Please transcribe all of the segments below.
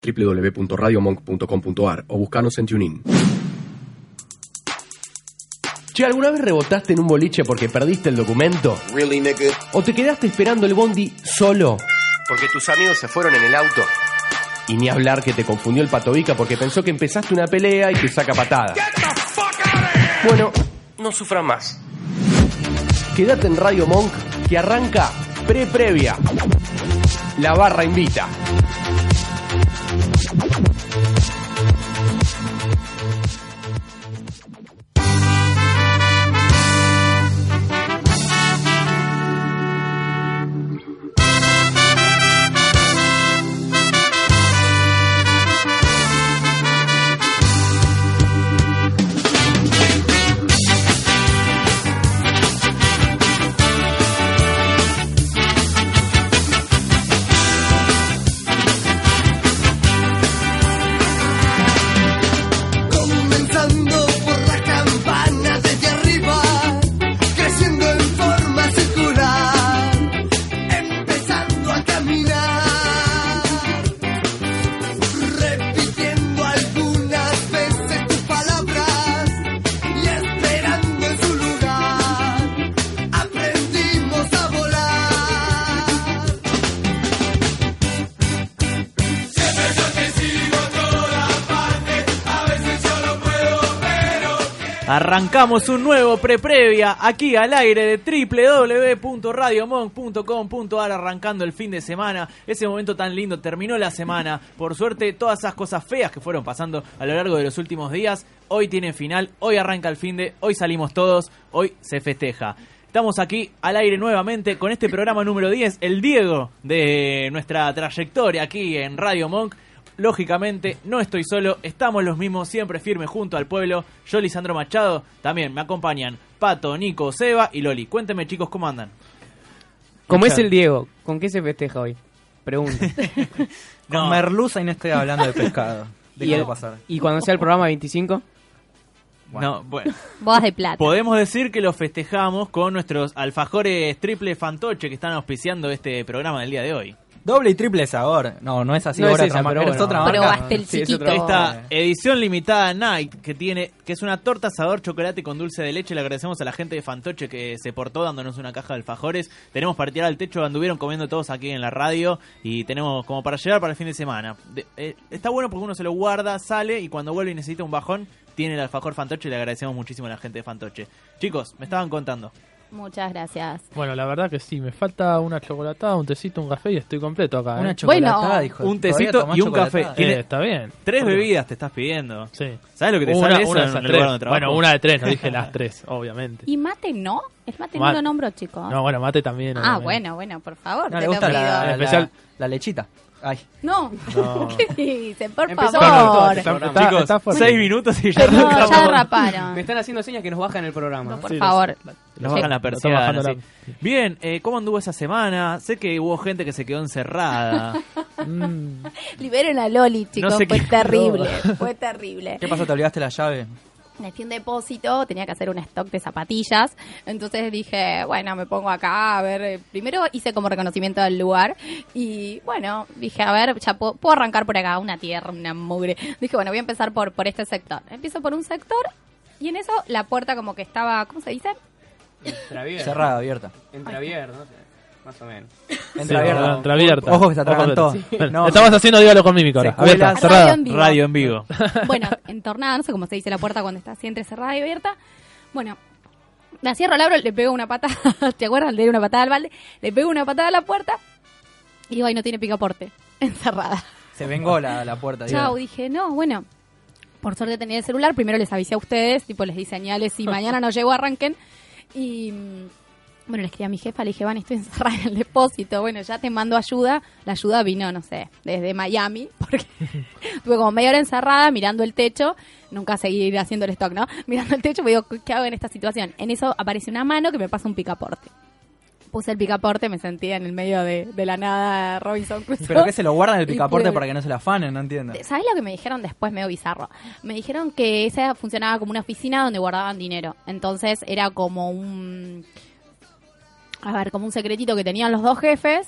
www.radiomonk.com.ar o buscanos en TuneIn. Che, ¿alguna vez rebotaste en un boliche porque perdiste el documento? Really, nigga? ¿O te quedaste esperando el bondi solo porque tus amigos se fueron en el auto? Y ni hablar que te confundió el Patovica porque pensó que empezaste una pelea y te saca patada. Bueno, no sufras más. Quédate en Radio Monk que arranca Previa. La barra invita. Arrancamos un nuevo previa aquí al aire de www.radiomonk.com.ar, arrancando el fin de semana, ese momento tan lindo, terminó la semana, por suerte todas esas cosas feas que fueron pasando a lo largo de los últimos días, hoy tiene final, hoy arranca el fin de, hoy salimos todos, hoy se festeja. Estamos aquí al aire nuevamente con este programa número 10, el Diego de nuestra trayectoria aquí en Radio Monk. Lógicamente, no estoy solo, estamos los mismos, siempre firmes junto al pueblo. Yo, Lisandro Machado, también me acompañan Pato, Nico, Seba y Loli. Cuéntenme, chicos, ¿cómo andan? ¿Cómo es el Diego? ¿Con qué se festeja hoy? Pregunto. Con merluza y no estoy hablando de pescado. Déjalo pasar. ¿Y cuando sea el programa 25? Bueno. No, bueno. Bodas de plata. Podemos decir que lo festejamos con nuestros alfajores triple fantoche que están auspiciando este programa del día de hoy. Doble y triple sabor. No es así. No ahora es esa, pero es bueno. otra marca. Probaste el Sí, es chiquito. otra. Esta edición limitada Night que es una torta sabor chocolate con dulce de leche. Le agradecemos a la gente de Fantoche que se portó dándonos una caja de alfajores. Tenemos para tirar al techo, anduvieron comiendo todos aquí en la radio y tenemos como para llevar para el fin de semana. Está bueno porque uno se lo guarda, sale y cuando vuelve y necesita un bajón tiene el alfajor Fantoche. Le agradecemos muchísimo a la gente de Fantoche. Chicos, me estaban contando. Muchas gracias. Bueno, la verdad que sí, me falta una chocolatada, un tecito, un café y estoy completo acá. Una ¿eh? chocolatada, Bueno, dijo. un ¿Todavía tecito tomás y un café. chocolatada? Está bien. 3 bebidas te estás pidiendo. Sí. ¿Sabes lo que te Una sale eso de en esas el tres. lugar donde trabajo? Bueno, una de 3, no dije las 3, obviamente. ¿Y mate no? El mate no Mate. lo nombro, chicos. No, bueno, mate también. Ah, obviamente. por favor, No te le lo gusta pido. la especial. lechita. Ay. No. No. ¿Qué dicen? Por Empezamos favor. Chicos, está fuerte. 6 minutos y ya No, ya arrancamos. derraparon. Me están haciendo señas que nos bajan el programa. No, por Sí, favor. Nos bajan la Lo estamos persiana. bajando Sí. Bien, ¿cómo anduvo esa semana? Sé que hubo gente que se quedó encerrada. Liberen a Loli, chicos. No sé fue qué- terrible. Fue terrible. ¿Qué pasó? ¿Te olvidaste la llave? Me fui a un depósito, tenía que hacer un stock de zapatillas, entonces dije, bueno, me pongo acá, a ver, primero hice como reconocimiento del lugar y bueno, dije, a ver, ya puedo arrancar por acá, una tierra, una mugre. Dije, bueno, voy a empezar por este sector. Empiezo por un sector y en eso la puerta como que estaba, ¿cómo se dice? Entreabierta. Cerrada, abierta. Entreabierta, no sé. Más o menos. Entreabierta. Entreabierta. Ojo que se atragantó. Sí. No, Estamos haciendo dígalo con mímica ahora. Secuelas. Abierta, cerrada. Radio en vivo. Radio en vivo. Bueno, entornada, no sé cómo se dice la puerta cuando está así entre cerrada y abierta. Bueno, la cierro, la abro, le pego una patada, ¿te acuerdas? Le di una patada al balde, le pego una patada a la puerta y digo, ay, no tiene picaporte, encerrada. Se vengó la puerta. Chau, digamos. dije, no, bueno, por suerte tenía el celular, primero les avisé a ustedes, tipo les di señales, si mañana no llego arranquen. Y bueno, le escribí a mi jefa, le dije, Vani, estoy encerrada en el depósito, bueno, ya te mando ayuda. La ayuda vino, no sé, desde Miami, porque estuve como media hora encerrada mirando el techo, nunca seguí haciendo el stock, ¿no? Mirando el techo, me digo, ¿qué hago en esta situación? En eso aparece una mano que me pasa un picaporte. Puse el picaporte, me sentía en el medio de la nada Robinson Crusoe. ¿Pero qué se lo guardan el Y picaporte pude- para que no se la afanen? No entiendo. ¿Sabes lo que me dijeron después, medio bizarro? Me dijeron que esa funcionaba como una oficina donde guardaban dinero. Entonces era como como un secretito que tenían los dos jefes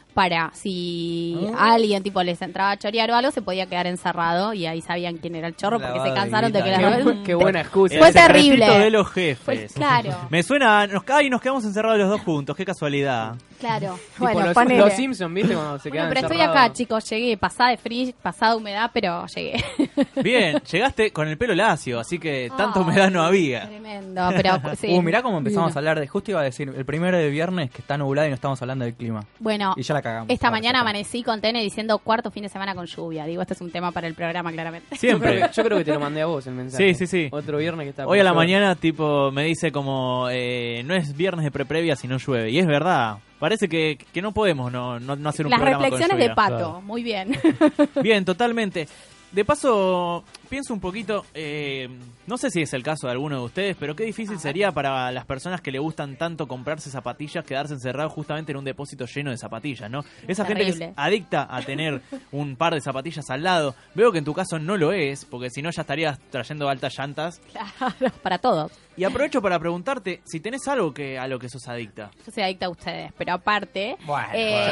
para si alguien tipo les entraba a chorear o algo, se podía quedar encerrado y ahí sabían quién era el chorro porque se cansaron de que Qué buena excusa. Fue terrible. El de los jefes. Fue, claro. Me suena, nos quedamos encerrados los dos juntos, qué casualidad. Claro. Tipo Bueno, los Simpsons, ¿viste? Cuando se quedan pero estoy encerrados. acá, chicos, llegué, pasada de frío, pasada de humedad, pero llegué. Bien, llegaste con el pelo lacio, así que tanta humedad no había. Tremendo, pero sí. Mirá cómo empezamos a hablar de... Justo iba a decir, el primero de viernes que está nublado y no estamos hablando del clima. Bueno, Y ya la cagamos. esta Ahora mañana ya está. amanecí con Tene diciendo cuarto fin de semana con lluvia. Digo, este es un tema para el programa, claramente. Siempre. Yo creo que te lo mandé a vos el mensaje. Sí. Otro viernes que está. Hoy a la por mañana, tipo, me dice como, no es viernes de preprevia si no llueve. Y es verdad. Parece que no podemos no hacer un Las programa con reflexiones de lluvia. Pato, Claro. muy bien. Bien, totalmente. De paso, pienso un poquito, no sé si es el caso de alguno de ustedes, pero qué difícil sería para las personas que le gustan tanto comprarse zapatillas quedarse encerrados justamente en un depósito lleno de zapatillas, ¿no? Esa gente que es Terrible. adicta a tener un par de zapatillas al lado. Veo que en tu caso no lo es, porque si no ya estarías trayendo altas llantas. Claro, para todos. Y aprovecho para preguntarte si tenés algo a lo que sos adicta. Yo soy adicta a ustedes, pero aparte... Bueno,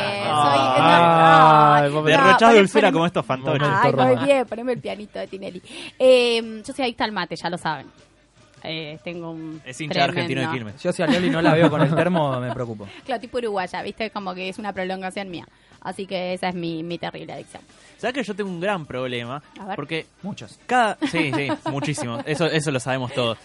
Ay, vos me- Derrochás dulzura poneme- como estos fantoches. Ay, Roma. muy bien, poneme el pianito de Tinelli. Yo soy adicta al mate, ya lo saben. Tengo un Es hincha de Argentino de tremendo- Quilmes. Yo si a Loli no la veo con el termo, me preocupo. Claro, tipo uruguaya, ¿viste? Como que es una prolongación mía. Así que esa es mi terrible adicción. ¿Sabes que yo tengo un gran problema? A ver. Porque Muchos. sí, muchísimo. Eso lo sabemos todos.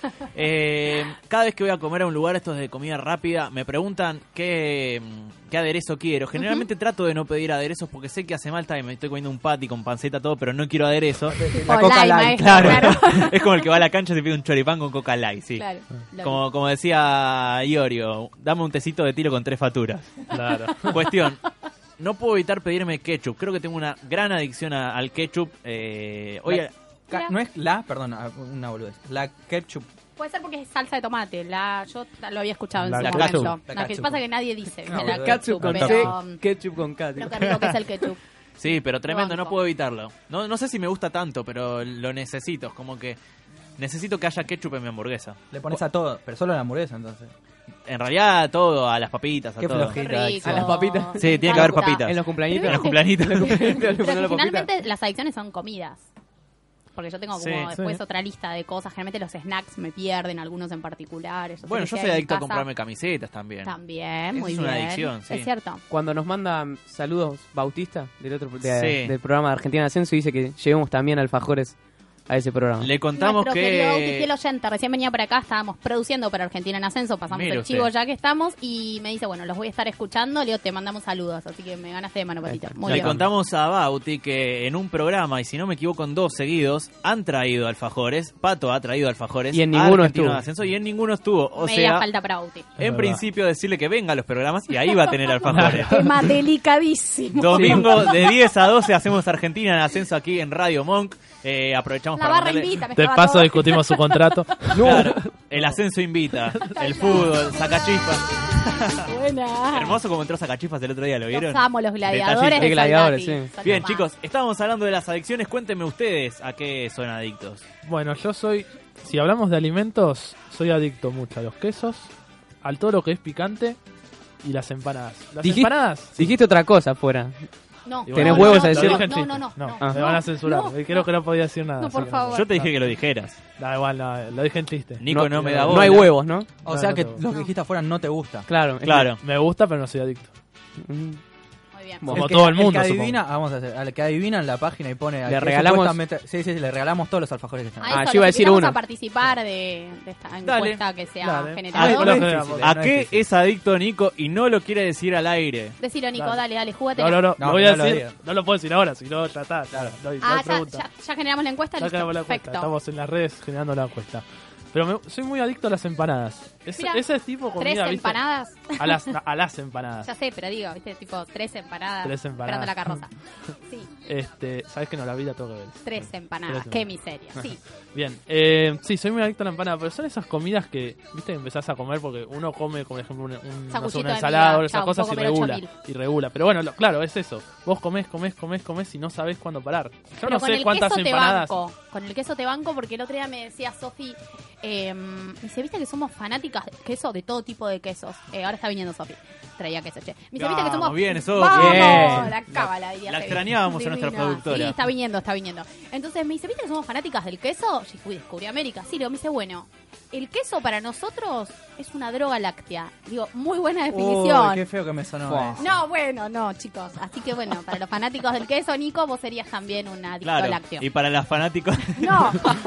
Cada vez que voy a comer a un lugar estos de comida rápida, me preguntan qué aderezo quiero. Generalmente trato de no pedir aderezos porque sé que hace mal y me estoy comiendo un patty con panceta todo, pero no quiero aderezo. La O Coca lime, Light. maestro, Claro. Es como el que va a la cancha y se pide un choripán con Coca Light, sí. Claro. Lo Como decía Iorio, dame un tecito de tiro con 3 facturas. Claro. Cuestión. No puedo evitar pedirme ketchup. Creo que tengo una gran adicción al ketchup. Oye, No es la, perdón, una boludez. La ketchup. Puede ser porque es salsa de tomate. Yo lo había escuchado en La su ketchup. momento. La No, que ketchup. pasa que nadie dice. No, la Ketchup con pero, C, ketchup con K. pero qué rico que es el ketchup. sí, pero tremendo, no Banco. puedo evitarlo. No sé si me gusta tanto, pero lo necesito. Es como que necesito que haya ketchup en mi hamburguesa. Le pones a todo, pero solo a la hamburguesa entonces. En realidad, todo, a las papitas, a Qué todo. flojito. Qué rico. A las papitas. Sí, tiene que haber papitas. En los cumpleañitos. En los cumpleañitos. Pero Le que ponen la papita. finalmente las adicciones son comidas. Porque yo tengo como Sí. después Sí. otra lista de cosas. Generalmente los snacks me pierden, algunos en particular. Bueno, yo soy adicto a comprarme camisetas también. También, Eso muy es bien. una adicción, sí. Es cierto. Cuando nos manda saludos Bautista Sí. del programa de Argentina de Ascenso, dice que llevemos también alfajores a ese programa. Le contamos Nuestro querido Bauti, fiel que... oyente, recién venía por acá, estábamos produciendo para Argentina en Ascenso, pasamos Mire el chivo usted. ya que estamos y me dice, bueno, los voy a estar escuchando, Leo, te mandamos saludos, así que me ganaste de mano, Patito. Muy Le bien. contamos a Bauti que en un programa, y si no me equivoco en 2 seguidos, han traído alfajores. Pato ha traído alfajores. Y en a ninguno Argentina estuvo. de Ascenso, y en ninguno estuvo. O Media sea, falta para Bauti. en verdad. principio decirle que venga a los programas y ahí va a tener alfajores. Tema delicadísimo. Domingo de 10 a 12 hacemos Argentina en Ascenso aquí en Radio Monk. Aprovechamos La para barra mandarle- invita, me De estaba paso todo. discutimos su contrato. Claro, el ascenso invita, el fútbol, sacachispas. Buena. Hermoso como entró sacachispas el otro día, ¿lo vieron? Los amo, los gladiadores. Detallitos. de Qué gladiadores, Soldati. sí. Son Bien, los chicos, estábamos hablando de las adicciones. Cuéntenme ustedes a qué son adictos. Bueno, yo soy, si hablamos de alimentos, soy adicto mucho a los quesos, al todo lo que es picante y las empanadas. Las Dijiste- empanadas... Dijiste otra cosa afuera. No, Y ¿Tenés no, huevos no, a decir? Lo dije en No, chiste. no, no. No, no, me van a censurar. no, Creo que no podía decir nada. No, así por que favor. Yo te dije que lo dijeras. Da igual, no, lo dije en chiste. Nico no me da bola. No hay huevos, ¿no? O No, sea no que te- lo que dijiste afuera no te gusta. Claro. Claro. Me gusta, pero no soy adicto. Muy bien. Como que- todo el mundo, que supongo. adivina, vamos a hacer, al que adivina en la página y pone... al Le que regalamos- supuestamente- Sí, le regalamos todos los alfajores que están. A Ah, eso, yo iba a los decir invitamos uno. a participar de esta Dale, encuesta que se ha dale. generado. Ah, no es difícil, difícil, ¿A no es qué difícil. es adicto Nico y no lo quiere decir al aire? Decilo, Nico, Dale. dale, júgate. No, No, lo voy a no lo decir. digas. No lo puedo decir ahora, si no, ya está. Claro. No hay Ah, pregunta. ya generamos la encuesta, Ya listo, acabamos la encuesta. perfecto. Estamos en las redes generando la encuesta. Pero soy muy adicto a las empanadas. Mira, Ese tipo de ¿Tres comida, ¿viste? empanadas? A las empanadas. Ya sé, pero digo, viste, tipo 3 empanadas. 3 empanadas. Esperando la carroza. Sí. Sabes que no, la vida tengo que ver. 3 empanadas, qué miseria, sí. Bien, sí, soy muy adicto a la empanada, pero son esas comidas que, viste, que empezás a comer porque uno come, por ejemplo, no sé, una ensalada o esas cosas y regula. Pero bueno, claro, es eso. Vos comés y no sabés cuándo parar. Yo no sé cuántas empanadas. Con el queso te banco porque el otro día me decía Sofi, me dice, viste que somos fanáticas de queso, de todo tipo de quesos. Ahora está viniendo Sofi, traía queso, che. Me dice, viste que somos... Bien, eso. ¡Vamos! Bien. La cábala, diría. La extrañábamos a nuestra productora. Sí, está viniendo. Entonces me dice, ¿viste que somos fanáticas del queso? Yo fui, descubrí América. Sí, me dice, bueno, el queso para nosotros es una droga láctea. Digo, muy buena definición. Uy, qué feo que me sonó. No, bueno, no, chicos. Así que bueno, para los fanáticos del queso, Nico, vos serías también un adicto lácteo. Y para los fanáticos... No.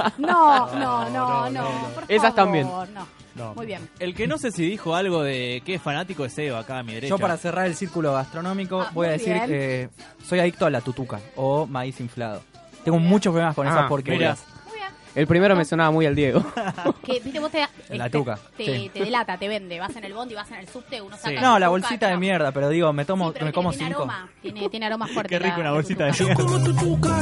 Por esas favor, también. No. Muy bien. El que no sé si dijo algo de que es fanático es Eva, acá a mi derecha. Yo para cerrar el círculo gastronómico voy a decir que soy adicto a la tutuca o maíz inflado. Tengo muchos problemas con esas porquerías. El primero me sonaba muy al Diego. Que, viste, vos la tuca. Te delata, te vende. Vas en el bondi, vas en el subte, uno saca... No, la bolsita de mierda, pero digo, me como tiene 5. Aroma, tiene aroma fuerte. Qué rico una bolsita de Yo como tutuca,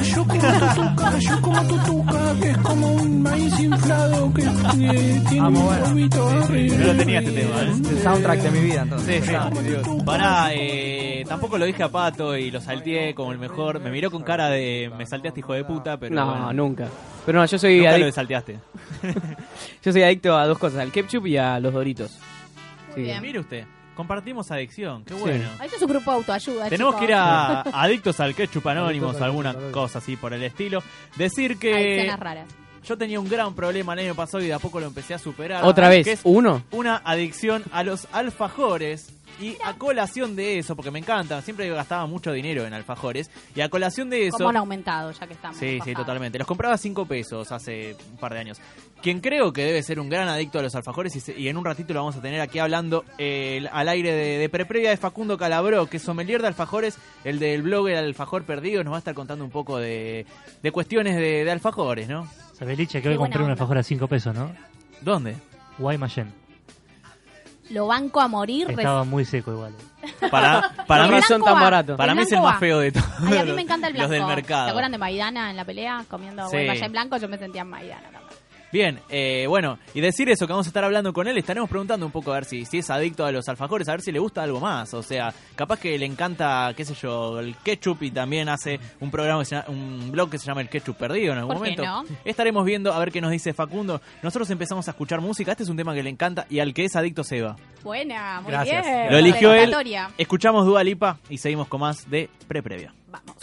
que es como un maíz inflado que tiene un polvito arriba. No lo tenía este tema, El soundtrack de mi vida, entonces. Sí. Pará, tampoco lo dije a Pato y lo salteé como el mejor. Me miró con cara de me salteaste, hijo de puta, pero No, bueno. nunca. Pero no, yo soy Nunca adicto. lo salteaste. Yo soy adicto a dos cosas, al ketchup y a los Doritos. Muy bien. Mire usted, compartimos adicción, qué bueno. Este es un grupo de autoayuda, Tenemos chicos. que ir a Adictos al Ketchup Anónimos, alguna cosa así por el estilo. Decir que Adicciones raras. yo tenía un gran problema el año pasado y de a poco lo empecé a superar. ¿Otra vez? Que es ¿Uno? una adicción a los alfajores. Y a colación de eso, porque me encantan, siempre gastaba mucho dinero en alfajores. Y a colación de eso... ¿Cómo han aumentado ya que estamos? Sí, totalmente. Los compraba a 5 pesos hace un par de años. Quien creo que debe ser un gran adicto a los alfajores, y en un ratito lo vamos a tener aquí hablando al aire de Preprevia, de Facundo Calabró, que es sommelier de alfajores, el del blog El Alfajor Perdido, nos va a estar contando un poco de cuestiones de alfajores, ¿no? Sabeliche que hoy compré un alfajor a 5 pesos, ¿no? ¿Dónde? Guaymallén. Lo banco a morir. Estaba muy seco igual. Para mí son tan baratos. Para mí es el más feo de todos. Ay, a mí me encanta el blanco. Los del mercado. ¿Se acuerdan de Maidana en la pelea comiendo Sí. Guaymallén blanco? Yo me sentía en Maidana también. Bien, bueno, y decir eso, que vamos a estar hablando con él, estaremos preguntando un poco a ver si es adicto a los alfajores, a ver si le gusta algo más, o sea, capaz que le encanta, qué sé yo, el ketchup y también hace un blog que se llama El Ketchup Perdido en algún ¿Por qué momento. no? Estaremos viendo a ver qué nos dice Facundo. Nosotros empezamos a escuchar música, este es un tema que le encanta y al que es adicto Seba. Buena, muy Gracias. bien. Lo eligió él, Declaratoria. escuchamos Dua Lipa y seguimos con más de Preprevia. Vamos.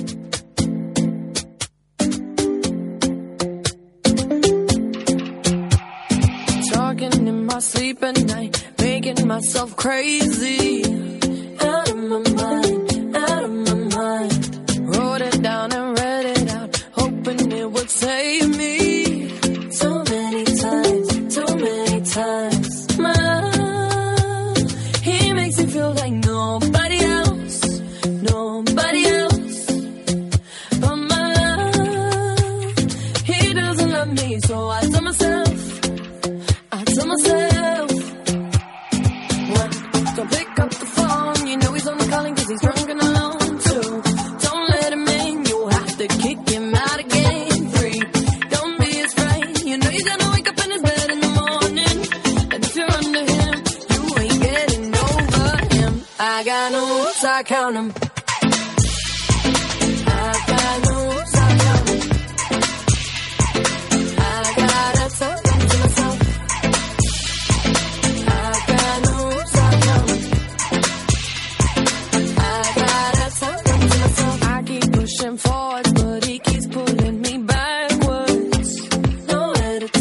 Talking in my sleep at night, making myself crazy. Out of my mind. Wrote it down and read it out, hoping it would save me. So many times. My love, he makes me feel like nobody else. But my love, he doesn't love me, so I tell myself, what? Don't pick up the phone, you know he's only calling 'cause he's drunk and alone too. Don't let him in, you'll have to kick him out again. 3, don't be his friend, you know you're gonna wake up in his bed in the morning. And if you're under him, you ain't getting over him. I got no rules, I count them. I got no rules, I count them. I gotta talk to myself. Pushing forward, but he keeps pulling me backwards. Nowhere to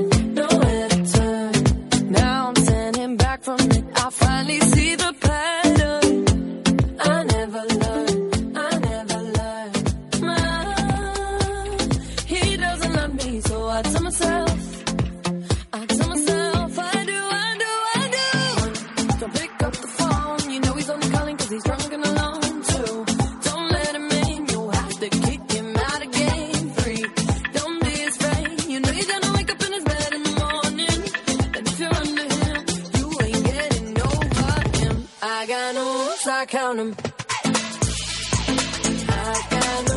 turn. Now I'm standing back from it. I finally see the pattern. I never learned. He doesn't love me, so I tell myself, I do. Don't pick up the phone, you know he's only calling 'cause he's drunk and alone too. Don't let him in, you'll have to kick him out again. 3, don't be his friend, you know you're gonna wake up in his bed in the morning. And if you're under him, you ain't getting over him. I got no rules, I count them. I got no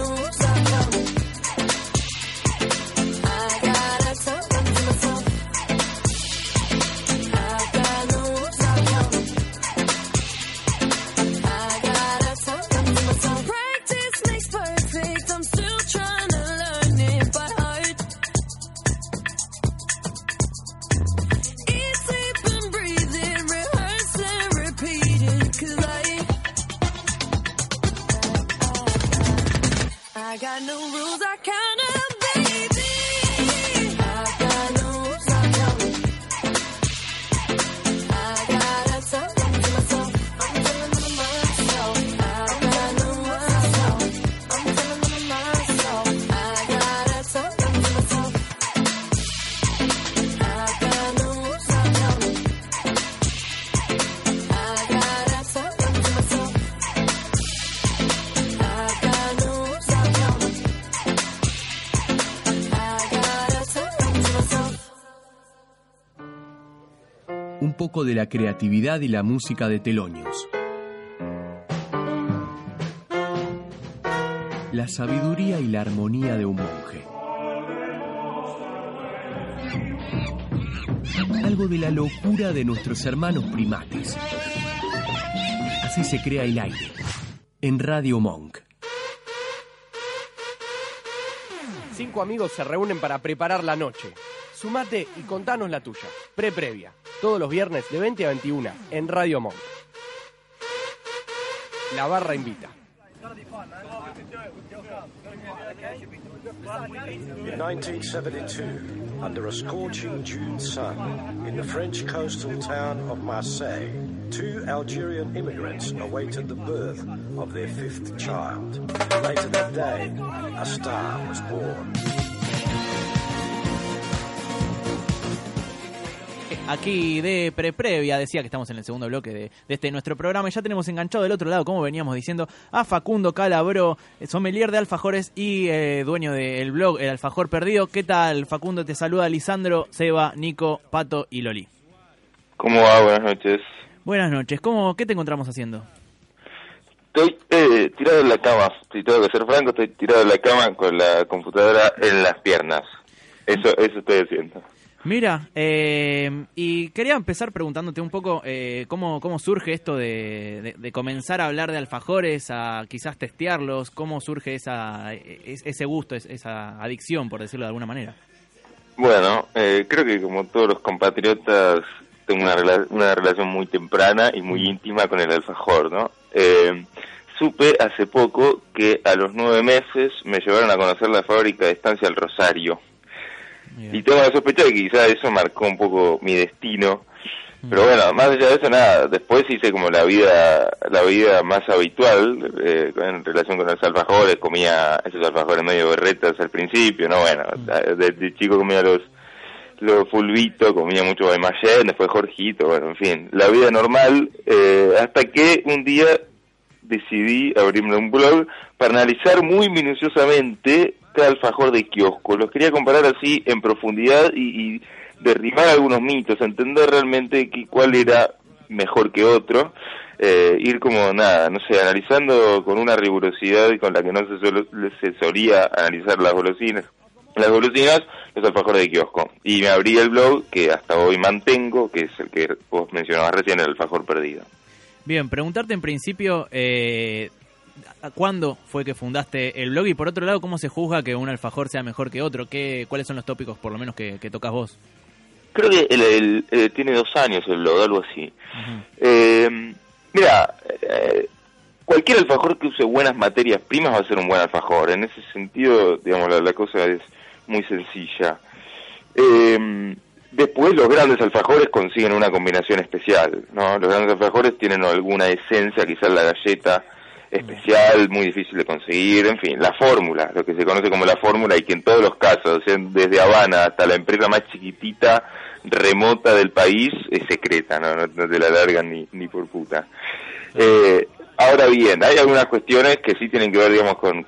Un poco de la creatividad y la música de Telonios. La sabiduría y la armonía de un monje. Algo de la locura de nuestros hermanos primates. Así se crea el aire. En Radio Monk. 5 amigos se reúnen para preparar la noche. Sumate y contanos la tuya. Previa. Todos los viernes de 20 a 21 en Radio Monk. La barra invita. In 1972, under a scorching June sun, in the French coastal town of Marseille, 2 Algerian immigrants awaited the birth of their 5th child. Later that day, a star was born. Aquí de previa, decía que estamos en el segundo bloque de este nuestro programa y ya tenemos enganchado del otro lado, como veníamos diciendo, a Facundo Calabró, sommelier de alfajores y dueño del blog El Alfajor Perdido. ¿Qué tal, Facundo? Te saluda Lisandro, Seba, Nico, Pato y Loli. ¿Cómo va? Buenas noches. Buenas noches. ¿Qué te encontramos haciendo? Estoy tirado en la cama, si tengo que ser franco, estoy tirado en la cama con la computadora en las piernas. Eso estoy haciendo. Mira, y quería empezar preguntándote un poco cómo surge esto de comenzar a hablar de alfajores, a quizás testearlos, cómo surge ese gusto, esa adicción, por decirlo de alguna manera. Bueno, creo que como todos los compatriotas tengo una relación muy temprana y muy íntima con el alfajor, ¿no? Supe hace poco que a los 9 meses me llevaron a conocer la fábrica de Estancia El Rosario. Y tengo la sospecha de que quizás eso marcó un poco mi destino. Pero bueno, más allá de eso, nada. Después hice como la vida más habitual en relación con los alfajores. Comía esos alfajores medio berretas al principio, ¿no? Bueno, desde chico comía los fulbitos, comía mucho Guaymallén, después Jorgito, bueno, en fin. La vida normal, hasta que un día decidí abrirme un blog para analizar muy minuciosamente cada alfajor de kiosco. Los quería comparar así en profundidad y derribar algunos mitos, entender realmente cuál era mejor que otro, ir como nada, no sé, analizando con una rigurosidad con la que no se solía analizar las golosinas, los alfajores de kiosco. Y me abrí el blog que hasta hoy mantengo, que es el que vos mencionabas recién, el Alfajor Perdido. Bien, preguntarte en principio, ¿cuándo fue que fundaste el blog? Y por otro lado, ¿cómo se juzga que un alfajor sea mejor que otro? ¿Cuáles son los tópicos, por lo menos, que tocas vos? Creo que tiene 2 años el blog, algo así. Mira, cualquier alfajor que use buenas materias primas va a ser un buen alfajor. En ese sentido, digamos, la cosa es muy sencilla. Después los grandes alfajores consiguen una combinación especial, ¿no? Los grandes alfajores tienen alguna esencia, quizás la galleta especial, muy difícil de conseguir, en fin, la fórmula, lo que se conoce como la fórmula, y que en todos los casos, desde Habana hasta la empresa más chiquitita, remota del país, es secreta, no te la largan ni por puta. Ahora bien, hay algunas cuestiones que sí tienen que ver, digamos, con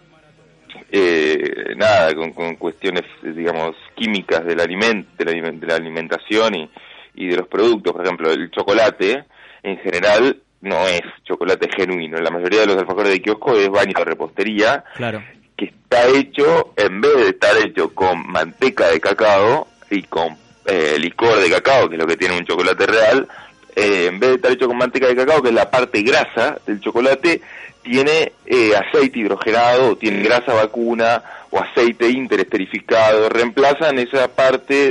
cuestiones, digamos, químicas del alimento, de la alimentación y de los productos. Por ejemplo, el chocolate, en general, no es chocolate genuino. La mayoría de los alfajores de kiosco es baño de repostería, claro, que está hecho, en vez de estar hecho con manteca de cacao y con licor de cacao, que es lo que tiene un chocolate real, en vez de estar hecho con manteca de cacao, que es la parte grasa del chocolate, tiene aceite hidrogenado, tiene grasa vacuna o aceite interesterificado. Reemplazan esa parte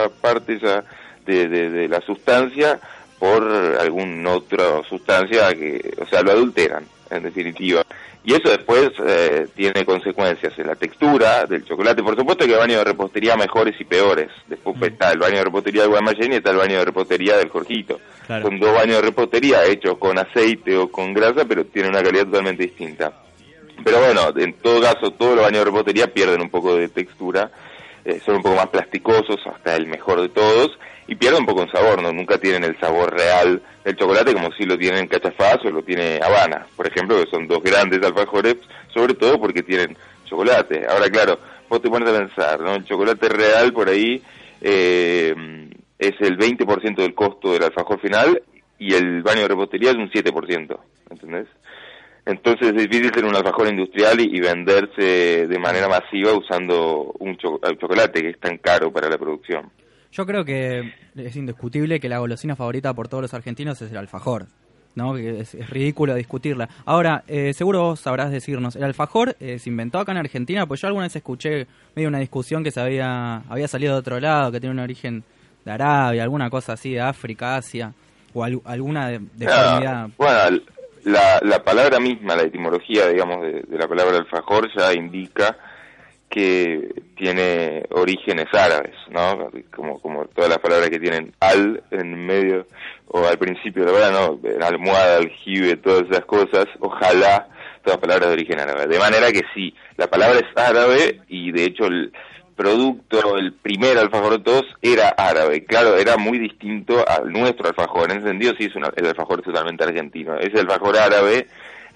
de la sustancia por alguna otra sustancia que, o sea, lo adulteran, en definitiva. Y eso después tiene consecuencias en la textura del chocolate. Por supuesto que hay baños de repostería mejores y peores. Después está el baño de repostería del Guaymallén y está el baño de repostería del Jorgito. Claro. Son dos baños de repostería hechos con aceite o con grasa, pero tienen una calidad totalmente distinta. Pero bueno, en todo caso, todos los baños de repostería pierden un poco de textura, son un poco más plasticosos, hasta el mejor de todos, y pierden un poco en sabor, ¿no? Nunca tienen el sabor real del chocolate como si lo tienen Cachafaz o lo tiene Habana, por ejemplo, que son dos grandes alfajores, sobre todo porque tienen chocolate. Ahora, claro, vos te pones a pensar, ¿no? El chocolate real por ahí es el 20% del costo del alfajor final y el baño de repostería es un 7%, ¿entendés? Entonces es difícil ser un alfajor industrial y venderse de manera masiva usando un chocolate que es tan caro para la producción. Yo creo que es indiscutible que la golosina favorita por todos los argentinos es el alfajor, ¿no? Que es ridículo discutirla. Ahora, seguro vos sabrás decirnos, ¿el alfajor se inventó acá en Argentina? Pues yo alguna vez escuché medio una discusión que había salido de otro lado, que tiene un origen de Arabia, alguna cosa así, de África, Asia, o alguna deformidad. Bueno, la palabra misma, la etimología, digamos, de la palabra alfajor ya indica que tiene orígenes árabes, ¿no? Como todas las palabras que tienen al en medio o al principio de la palabra, ¿no? Almohada, aljibe, todas esas cosas, ojalá, todas palabras de origen árabe. De manera que sí, la palabra es árabe y de hecho el producto, el primer alfajor de todos era árabe. Claro, era muy distinto al nuestro alfajor. En ese sentido sí el alfajor es totalmente argentino. Ese alfajor árabe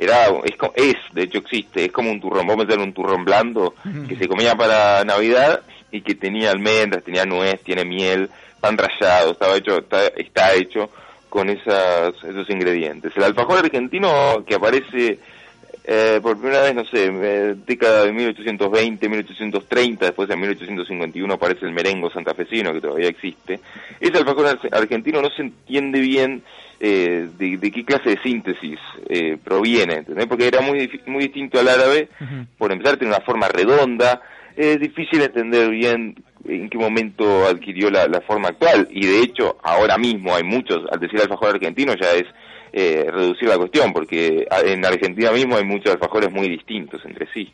de hecho existe, es como un turrón. Vos metés un turrón blando que se comía para Navidad y que tenía almendras, tenía nuez, tiene miel, pan rallado, está hecho con esos ingredientes. El alfajor argentino que aparece por primera vez, no sé, década de 1820, 1830, después en 1851 aparece el merengo santafesino, que todavía existe. Ese alfajor argentino no se entiende bien de qué clase de síntesis proviene, ¿entendés? Porque era muy distinto al árabe. Por empezar, tiene una forma redonda, es difícil entender bien en qué momento adquirió la forma actual, y de hecho ahora mismo hay muchos, al decir alfajor argentino ya es reducir la cuestión, porque en Argentina mismo hay muchos alfajores muy distintos entre sí.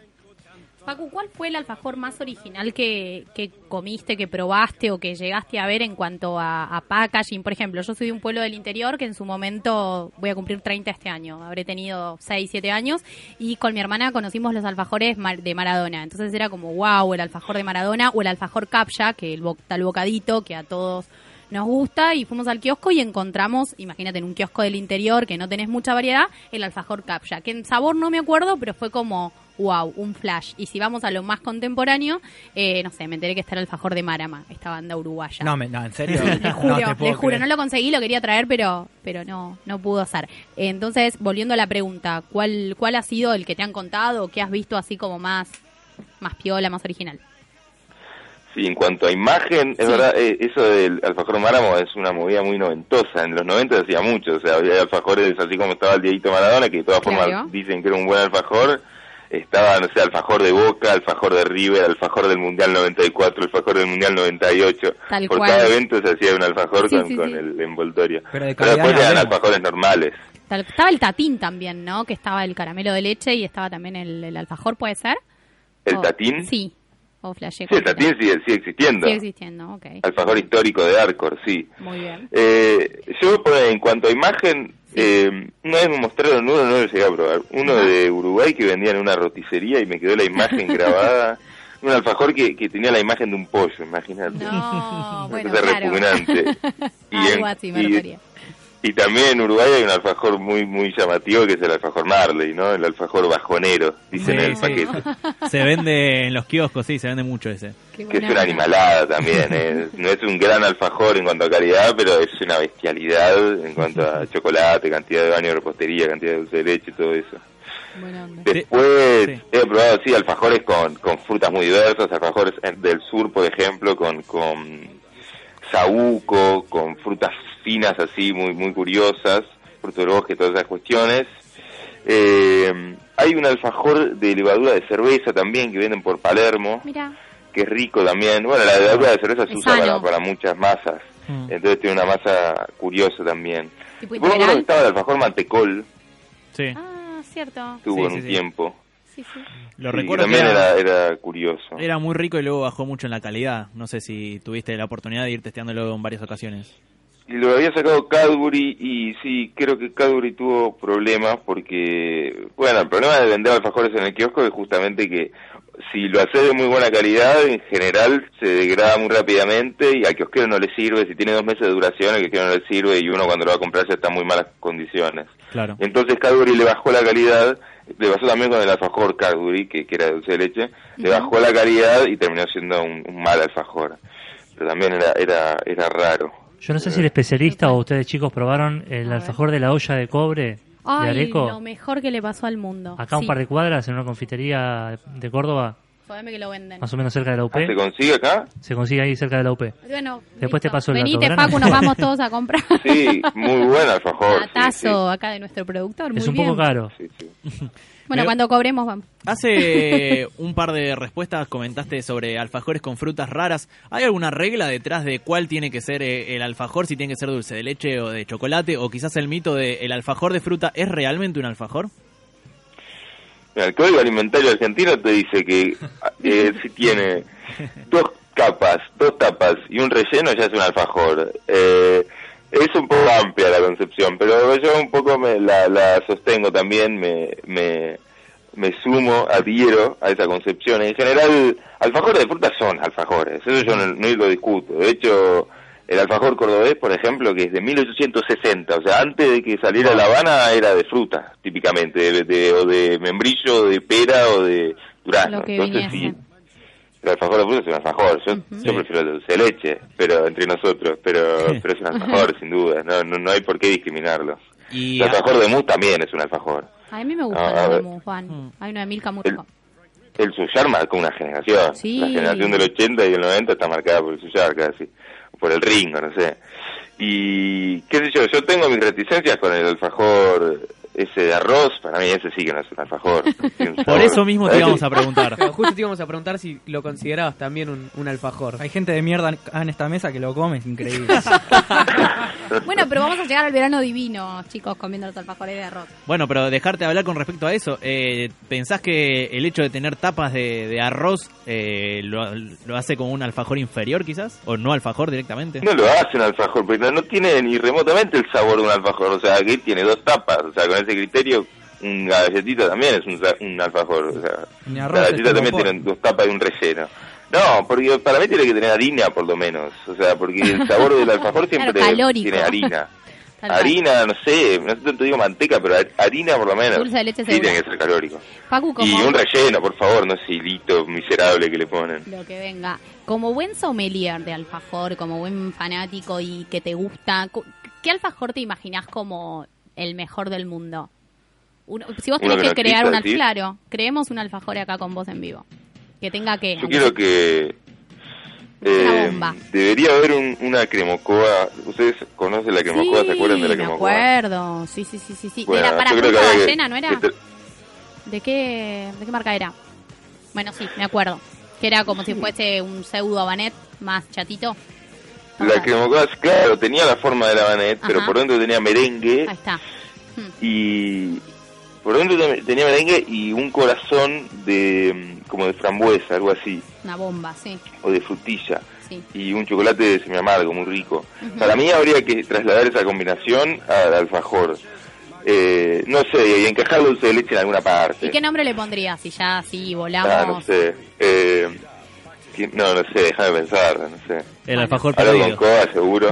Facu, ¿cuál fue el alfajor más original que comiste, que probaste o que llegaste a ver en cuanto a packaging? Por ejemplo, yo soy de un pueblo del interior que en su momento voy a cumplir 30 este año, habré tenido 6, 7 años, y con mi hermana conocimos los alfajores de Maradona. Entonces era como, wow, el alfajor de Maradona o el alfajor capcha, que el bocadito que a todos nos gusta, y fuimos al kiosco y encontramos, imagínate, en un kiosco del interior que no tenés mucha variedad, el alfajor capcha, que en sabor no me acuerdo, pero fue como wow, un flash. Y si vamos a lo más contemporáneo, no sé, me enteré que está el alfajor de Marama, esta banda uruguaya. No, en serio. Les juro, no lo conseguí, lo quería traer, pero no pudo ser. Entonces, volviendo a la pregunta, ¿cuál ha sido el que te han contado o que has visto así como más piola, más original? Sí, en cuanto a imagen, es verdad, eso del alfajor Máramo es una movida muy noventosa. En los 90 se hacía mucho, o sea, había alfajores así como estaba el Dieguito Maradona, que de todas formas dicen que era un buen alfajor. Estaba, no sé, alfajor de Boca, alfajor de River, alfajor del Mundial 94, alfajor del Mundial 98. Por cada evento se hacía un alfajor con el envoltorio. Pero después eran alfajores normales. Estaba el tatín también, ¿no? Que estaba el caramelo de leche y estaba también el alfajor, ¿puede ser? ¿El tatín? Sí. O flashé. Sí, el tatín sigue existiendo. Sigue existiendo, ok. Alfajor histórico de Arcor, sí. Muy bien. Yo, en cuanto a imagen, una vez me mostraron uno, no lo llegué a probar, uno de Uruguay que vendía en una roticería y me quedó la imagen grabada. Un alfajor que tenía la imagen de un pollo, imagínate. No, bueno, cosa repugnante. Algo así me refería. Y también en Uruguay hay un alfajor muy llamativo que es el alfajor Marley, ¿no? El alfajor bajonero, dicen en el paquete. Se vende en los kioscos, sí, se vende mucho ese. Que es una animalada también, no es un gran alfajor en cuanto a calidad, pero es una bestialidad en cuanto a chocolate, cantidad de baño de repostería, cantidad de dulce de leche y todo eso. Después he probado, alfajores con frutas muy diversas, alfajores del sur, por ejemplo, con saúco, con frutas finas así, muy curiosas, fruto del bosque, todas esas cuestiones. Hay un alfajor de levadura de cerveza también que venden por Palermo. Mirá. Que es rico también. Bueno, la levadura de cerveza se usa para muchas masas, entonces tiene una masa curiosa también. Bueno, estaba el alfajor mantecol. Sí. cierto. Tuvo Sí, en sí, un sí. tiempo. Sí, sí. Lo Sí, recuerdo que también era curioso. era muy rico y luego bajó mucho en la calidad. No sé si tuviste la oportunidad de ir testeándolo en varias ocasiones. Y lo había sacado Cadbury y sí, creo que Cadbury tuvo problemas porque, bueno, el problema de vender alfajores en el kiosco es justamente que si lo haces de muy buena calidad, en general se degrada muy rápidamente y al kiosquero no le sirve. Si tiene 2 meses de duración, al kiosquero no le sirve y uno cuando lo va a comprar ya está en muy malas condiciones. Claro. Entonces Cadbury le bajó la calidad, le pasó también con el alfajor Cadbury, que era de dulce de leche, le bajó la calidad y terminó siendo un mal alfajor. Pero también era raro. Yo no sé si el especialista o ustedes chicos probaron el alfajor de la olla de cobre de Ay, Areco. lo mejor que le pasó al mundo. Acá Sí. un par de cuadras en una confitería de Córdoba, Jodeme que lo venden. más o menos cerca de la UP. ¿Se consigue acá? Se consigue ahí cerca de la UP. Bueno, Después te listo. paso el dato. Venite, Gran Facu, nos alfajor. vamos todos a comprar. Sí, muy buen alfajor. sí, Platazo acá de nuestro productor. Muy Es un bien. poco caro. Bueno, Me- cuando cobremos vamos. Hace un par de respuestas comentaste sobre alfajores con frutas raras. ¿Hay alguna regla detrás de cuál tiene que ser el alfajor? Si tiene que ser dulce de leche o de chocolate, o quizás el mito de el alfajor de fruta es realmente un alfajor. Mira, el Código Alimentario Argentino te dice que si tiene 2 capas, 2 tapas y un relleno ya es un alfajor. Es un poco amplia la concepción, pero yo un poco la sostengo también, me sumo, adhiero a esa concepción. En general, alfajores de frutas son alfajores, eso yo no lo discuto. De hecho, el alfajor cordobés, por ejemplo, que es de 1860, o sea, antes de que saliera La Habana era de fruta, típicamente, o de membrillo, de pera o de durazno. Lo que Entonces viniese. sí, el alfajor de fruta es un alfajor. Yo prefiero el de dulce de leche, pero entre nosotros, pero es un alfajor, sin duda, no hay por qué discriminarlo. Y El alfajor de mousse también es un alfajor. A mí me gusta Ah, a el de ver. mousse, Juan. Hay uno de Milka muy rico. El suyar marcó una generación. Sí. La generación del 80 y del 90 está marcada por el suyar casi. Por el Ringo, no sé. Y qué sé yo tengo mis reticencias con el alfajor ese de arroz. Para mí ese sí que no es un alfajor. Tiene un Por sabor. eso mismo te íbamos a preguntar. Pero justo te íbamos a preguntar si lo considerabas también un alfajor. Hay gente de mierda en esta mesa que lo come, es increíble. Bueno, pero vamos a llegar al verano divino, chicos, comiendo los alfajores de arroz. Bueno, pero dejarte hablar con respecto a eso. ¿Pensás que el hecho de tener tapas de arroz lo hace como un alfajor inferior quizás? ¿O no alfajor directamente? No lo hace un alfajor, pero no tiene ni remotamente el sabor de un alfajor. O sea, que tiene 2 tapas. O sea, con ese criterio, una galletita también es un alfajor. O sea, Ni la arroz, galletita también estropor. tiene 2 tapas y un relleno. No, porque para mí tiene que tener harina por lo menos. O sea, porque el sabor del alfajor siempre Claro, calórico. tiene harina. Tal cual. Harina, no sé, no te digo manteca, pero harina por lo menos. Dulce de leche sí, seguro. tiene que ser calórico. Facu, como Y un relleno, por favor, no ese hilito miserable que le ponen. lo que venga. Como buen sommelier de alfajor, como buen fanático y que te gusta, ¿qué alfajor te imaginás como el mejor del mundo? Si vos Uno tenés que que no crear exista, un decís. claro, creemos un alfajor acá con vos en vivo. Que tenga que... Yo quiero que... Una bomba. Debería haber una cremocoa. ¿Ustedes conocen la cremocoa? ¿Se acuerdan de la me cremocoa? acuerdo. Sí. Bueno, ¿Era para yo creo que pulpa había que- ballena, no era? que ¿De qué marca era? Bueno, sí, me acuerdo. Que era como si fuese un pseudo habanet más chatito. La cremocoa, claro, tenía la forma de la baguette, pero Ajá. por dentro tenía merengue Ahí está. y... Por dentro tenía merengue y un corazón de como de frambuesa, algo así, Una bomba, sí. o de frutilla. Sí. Y un chocolate semi-amargo, muy rico. Ujú. Para mí habría que trasladar esa combinación al alfajor. No sé, y encajar dulce de leche en alguna parte. ¿Y qué nombre le pondrías? Si ya así volamos. No sé. No sé, déjame pensar, no sé. El alfajor Algo con perdido. coa, seguro.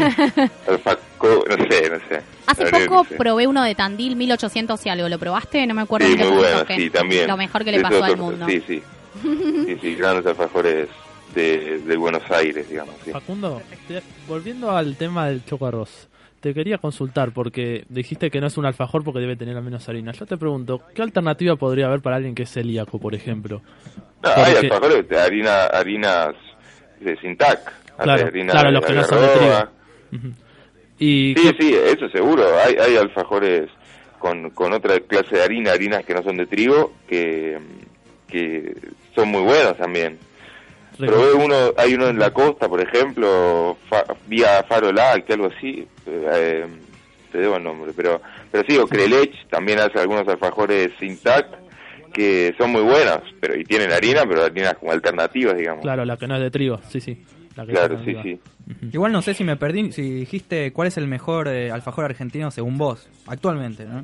no sé. Hace La verdad poco no sé. probé uno de Tandil 1800 y algo. ¿Lo probaste? No me acuerdo Sí, en qué muy punto bueno, fue. sí, también. Lo mejor que le Eso pasó al otro- mundo. Sí, grandes alfajores de Buenos Aires, digamos. Sí. Facundo, volviendo al tema del choco arroz, te quería consultar porque dijiste que no es un alfajor porque debe tener al menos harina. Yo te pregunto, ¿qué alternativa podría haber para alguien que es celíaco, por ejemplo? No, hay Porque- alfajores de harinas de Sintac. Claro, harina claro, de los que no son de algarroba. trigo. Ujú. Y Sí, eso seguro. Hay alfajores con otra clase de harinas que no son de trigo, que son muy buenos también. Probé hay uno en la costa, por ejemplo, vía Faro Láctea, algo así, te debo el nombre, pero sí, o Crelech también hace algunos alfajores intact que son muy buenos, pero y tienen harina, pero harinas como alternativas, digamos. Claro, la que no es de trigo, sí. La que claro, es sí. Igual no sé si me perdí, si dijiste cuál es el mejor alfajor argentino según vos, actualmente, ¿no?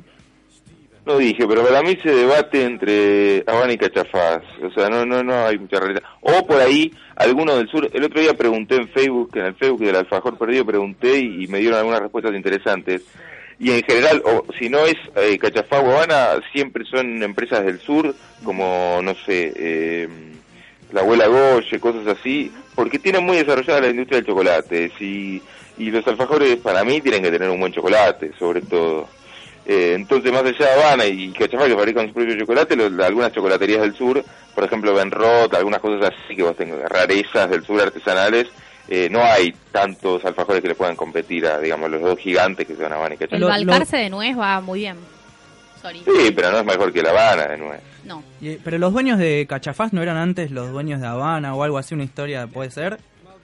No dije, pero para mí se debate entre Habana y Cachafaz. O sea, no hay mucha realidad. O por ahí, alguno del sur. El otro día pregunté en el Facebook del Alfajor Perdido, pregunté y me dieron algunas respuestas interesantes. Y en general, o si no es Cachafaz o Habana, siempre son empresas del sur, como, no sé, la Abuela Goye, cosas así, porque tienen muy desarrollada la industria del chocolate. Y los alfajores, para mí, tienen que tener un buen chocolate, sobre todo. Entonces, más allá de Habana y Cachafaz, que fabrican su propio chocolate, algunas chocolaterías del sur, por ejemplo Benrot, algunas cosas así que vos tengas, rarezas del sur artesanales, no hay tantos alfajores que le puedan competir a, digamos, los dos gigantes que son Habana y Cachafaz. El Balcarce de nuez va muy bien. Sorry. Sí, pero no es mejor que la Habana de nuez. No. Pero los dueños de Cachafaz no eran antes los dueños de Habana o algo así, una historia, ¿puede ser?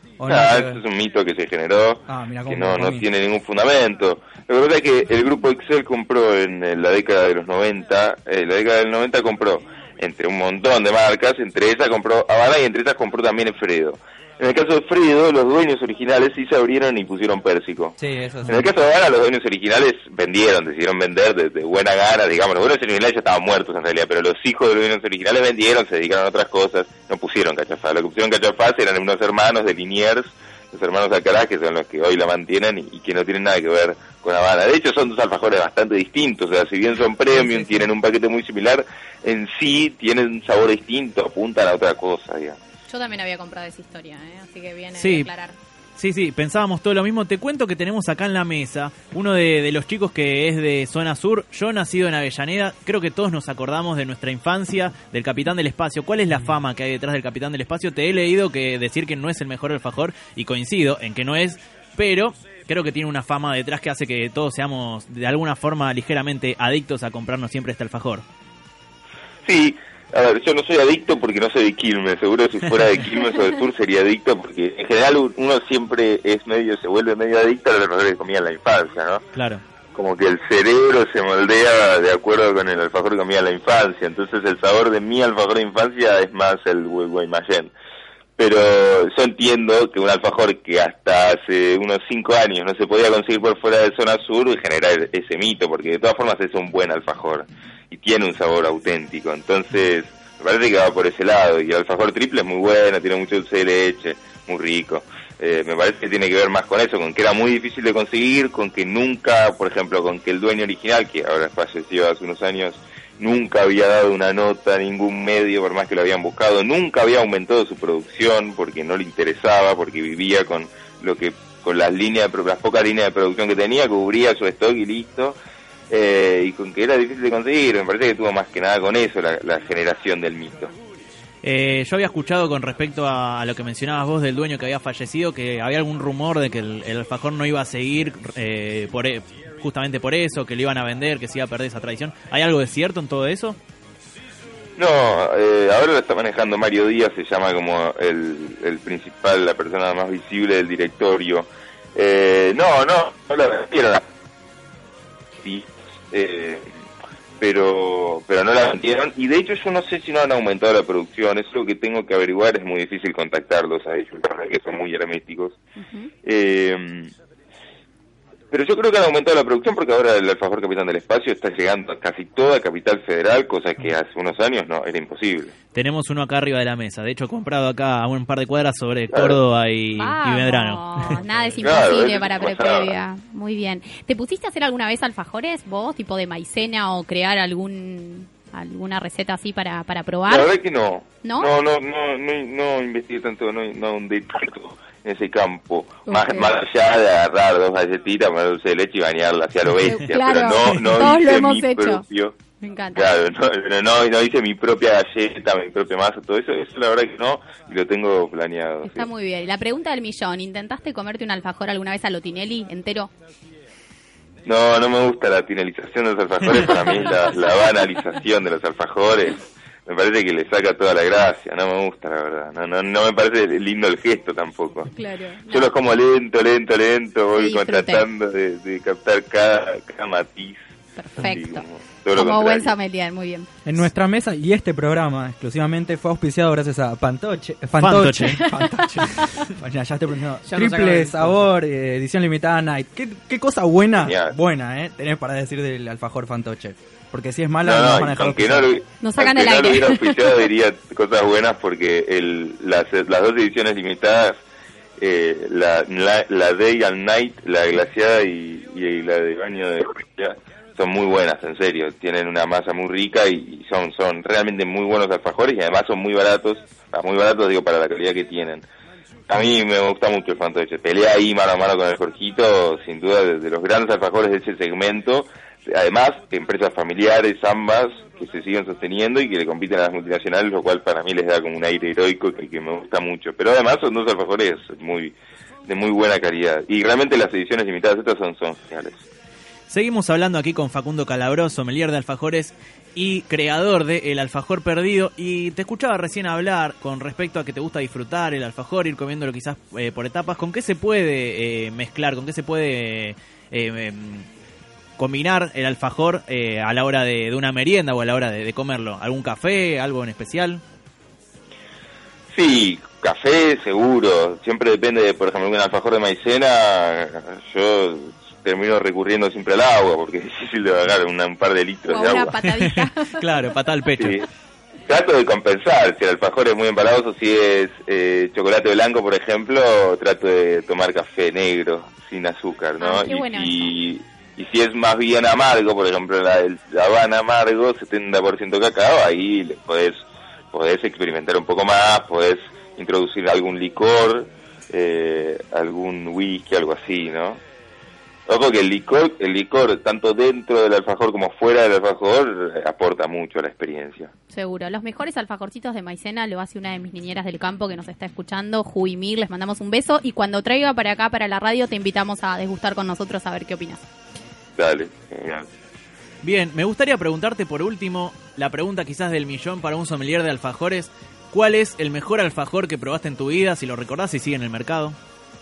Eso es un mito que se generó, que no tiene ningún fundamento. Lo que pasa es que el grupo Excel compró en la década de los 90, la década del 90 compró entre un montón de marcas, entre esas compró Habana y entre esas compró también Fredo. En el caso de Fredo, los dueños originales sí se abrieron y pusieron Pérsico. Sí, eso sí. En el caso de Habana, los dueños originales decidieron vender de buena gana, digamos, los dueños originales ya estaban muertos en realidad, pero los hijos de los dueños originales vendieron, se dedicaron a otras cosas, no pusieron Cachafaz. Lo que pusieron Cachafaz eran unos hermanos de Liniers, los hermanos Alcaraz, que son los que hoy la mantienen y que no tienen nada que ver con Habana. De hecho, son dos alfajores bastante distintos, o sea, si bien son premium, tienen un paquete muy similar, en sí tienen un sabor distinto, apuntan a otra cosa, digamos. Yo también había comprado esa historia, así que viene a aclarar. Sí, pensábamos todo lo mismo. Te cuento que tenemos acá en la mesa uno de los chicos que es de zona sur. Yo nacido en Avellaneda, creo que todos nos acordamos de nuestra infancia, del Capitán del Espacio. ¿Cuál es la fama que hay detrás del Capitán del Espacio? Te he leído que decir que no es el mejor alfajor, y coincido en que no es, pero creo que tiene una fama detrás que hace que todos seamos de alguna forma ligeramente adictos a comprarnos siempre este alfajor. Sí. A ver, yo no soy adicto porque no soy de Quilmes, seguro si fuera de Quilmes o del sur sería adicto, porque en general uno siempre se vuelve medio adicto a los alfajores que comía en la infancia, ¿no? Claro. Como que el cerebro se moldea de acuerdo con el alfajor que comía en la infancia, entonces el sabor de mi alfajor de infancia es más el Guaymallén. Pero yo entiendo que un alfajor que hasta hace unos 5 años no se podía conseguir por fuera de zona sur genera ese mito, porque de todas formas es un buen alfajor y tiene un sabor auténtico, entonces me parece que va por ese lado. Y el alfajor triple es muy bueno, tiene mucho dulce de leche, muy rico. Me parece que tiene que ver más con eso, con que era muy difícil de conseguir, con que nunca, por ejemplo, con que el dueño original, que ahora falleció hace unos años, nunca había dado una nota a ningún medio, por más que lo habían buscado, nunca había aumentado su producción porque no le interesaba, porque vivía con las pocas líneas de producción que tenía, cubría su stock y listo, y con que era difícil de conseguir. Me parece que tuvo más que nada con eso la generación del mito. Yo había escuchado con respecto a lo que mencionabas vos del dueño que había fallecido, que había algún rumor de que el alfajor no iba a seguir justamente por eso, que lo iban a vender, que se iba a perder esa tradición. ¿Hay algo de cierto en todo eso? No, ahora lo está manejando Mario Díaz, se llama como el principal, la persona más visible del directorio. No la vendieron. Sí, pero no la vendieron, y de hecho yo no sé si no han aumentado la producción, eso es lo que tengo que averiguar, es muy difícil contactarlos a ellos, la verdad que son muy herméticos. Pero yo creo que han aumentado la producción porque ahora el alfajor Capitán del Espacio está llegando a casi toda Capital Federal, cosa que hace unos años no era imposible. Tenemos uno acá arriba de la mesa, de hecho comprado acá a un par de cuadras sobre Córdoba y Medrano. Nada es imposible para Preprevia. Muy bien. ¿Te pusiste a hacer alguna vez alfajores vos, tipo de maicena, o crear alguna receta así para probar? La verdad que no. ¿No? No investigué tanto, no hundí tanto en ese campo, más allá de agarrar 2 galletitas, poner dulce de leche y bañarla hacia lo bestia, claro, pero no todos hice lo hemos mi hecho. propio. Me encanta. Claro, no hice mi propia galleta, mi propia masa, todo eso la verdad que no, y lo tengo planeado. Está muy bien. Y la pregunta del millón, ¿intentaste comerte un alfajor alguna vez a lo Tinelli entero? No me gusta la tinelización de los alfajores, para mí la banalización de los alfajores. me parece que le saca toda la gracia, no me gusta la verdad, no me parece lindo el gesto tampoco. Claro. Yo los como lento, voy tratando de captar cada matiz. Perfecto. Todo lo como buen contrario. sommelier, muy bien. En nuestra mesa, y este programa exclusivamente fue auspiciado gracias a Fantoche. Bueno, ya estoy pronunciando. Ya Triple nos sabor, edición limitada Night. ¿Qué cosa buena, Genial. tenés para decir del alfajor Fantoche? Porque si es mala, No, nos van a dejar aunque auspiciar. Nos sacan aunque el no lo aire. hubiera auspiciado, diría cosas buenas porque las dos ediciones limitadas, la Day and Night, la glaciada y la de baño de son muy buenas, en serio. Tienen una masa muy rica y son realmente muy buenos alfajores y además son muy baratos digo, para la calidad que tienen. A mí me gusta mucho el Fantoche. Pelea ahí mano a mano con el Jorgito, sin duda, de los grandes alfajores de ese segmento. Además, empresas familiares ambas que se siguen sosteniendo y que le compiten a las multinacionales, lo cual para mí les da como un aire heroico que me gusta mucho. Pero además son dos alfajores de muy buena calidad. Y realmente las ediciones limitadas estas son geniales. Seguimos hablando aquí con Facundo Calabró, sommelier de alfajores y creador de El Alfajor Perdido. Y te escuchaba recién hablar con respecto a que te gusta disfrutar el alfajor, ir comiéndolo quizás por etapas. ¿Con qué se puede mezclar? ¿Con qué se puede combinar el alfajor a la hora de una merienda o a la hora de comerlo? ¿Algún café? ¿Algo en especial? Sí, café seguro. Siempre depende de, por ejemplo, un alfajor de maicena. Yo termino recurriendo siempre al agua porque es difícil de bajar un par de litros de agua. Patadita. Claro, patada al pecho. Sí. Trato de compensar, si el alfajor es muy empalagoso, si es chocolate blanco, por ejemplo, trato de tomar café negro, sin azúcar, ¿no? Qué bueno y si es más bien amargo, por ejemplo, el Habana amargo, 70% cacao, ahí podés experimentar un poco más, podés introducir algún licor, algún whisky, algo así, ¿no? Ojo que el licor, tanto dentro del alfajor como fuera del alfajor, aporta mucho a la experiencia. Seguro. Los mejores alfajorcitos de maicena lo hace una de mis niñeras del campo que nos está escuchando, Juimir. Les mandamos un beso y cuando traiga para acá, para la radio, te invitamos a degustar con nosotros a ver qué opinas. Dale, genial. Bien, me gustaría preguntarte por último, la pregunta quizás del millón para un sommelier de alfajores. ¿Cuál es el mejor alfajor que probaste en tu vida? Si lo recordás, si sigue en el mercado.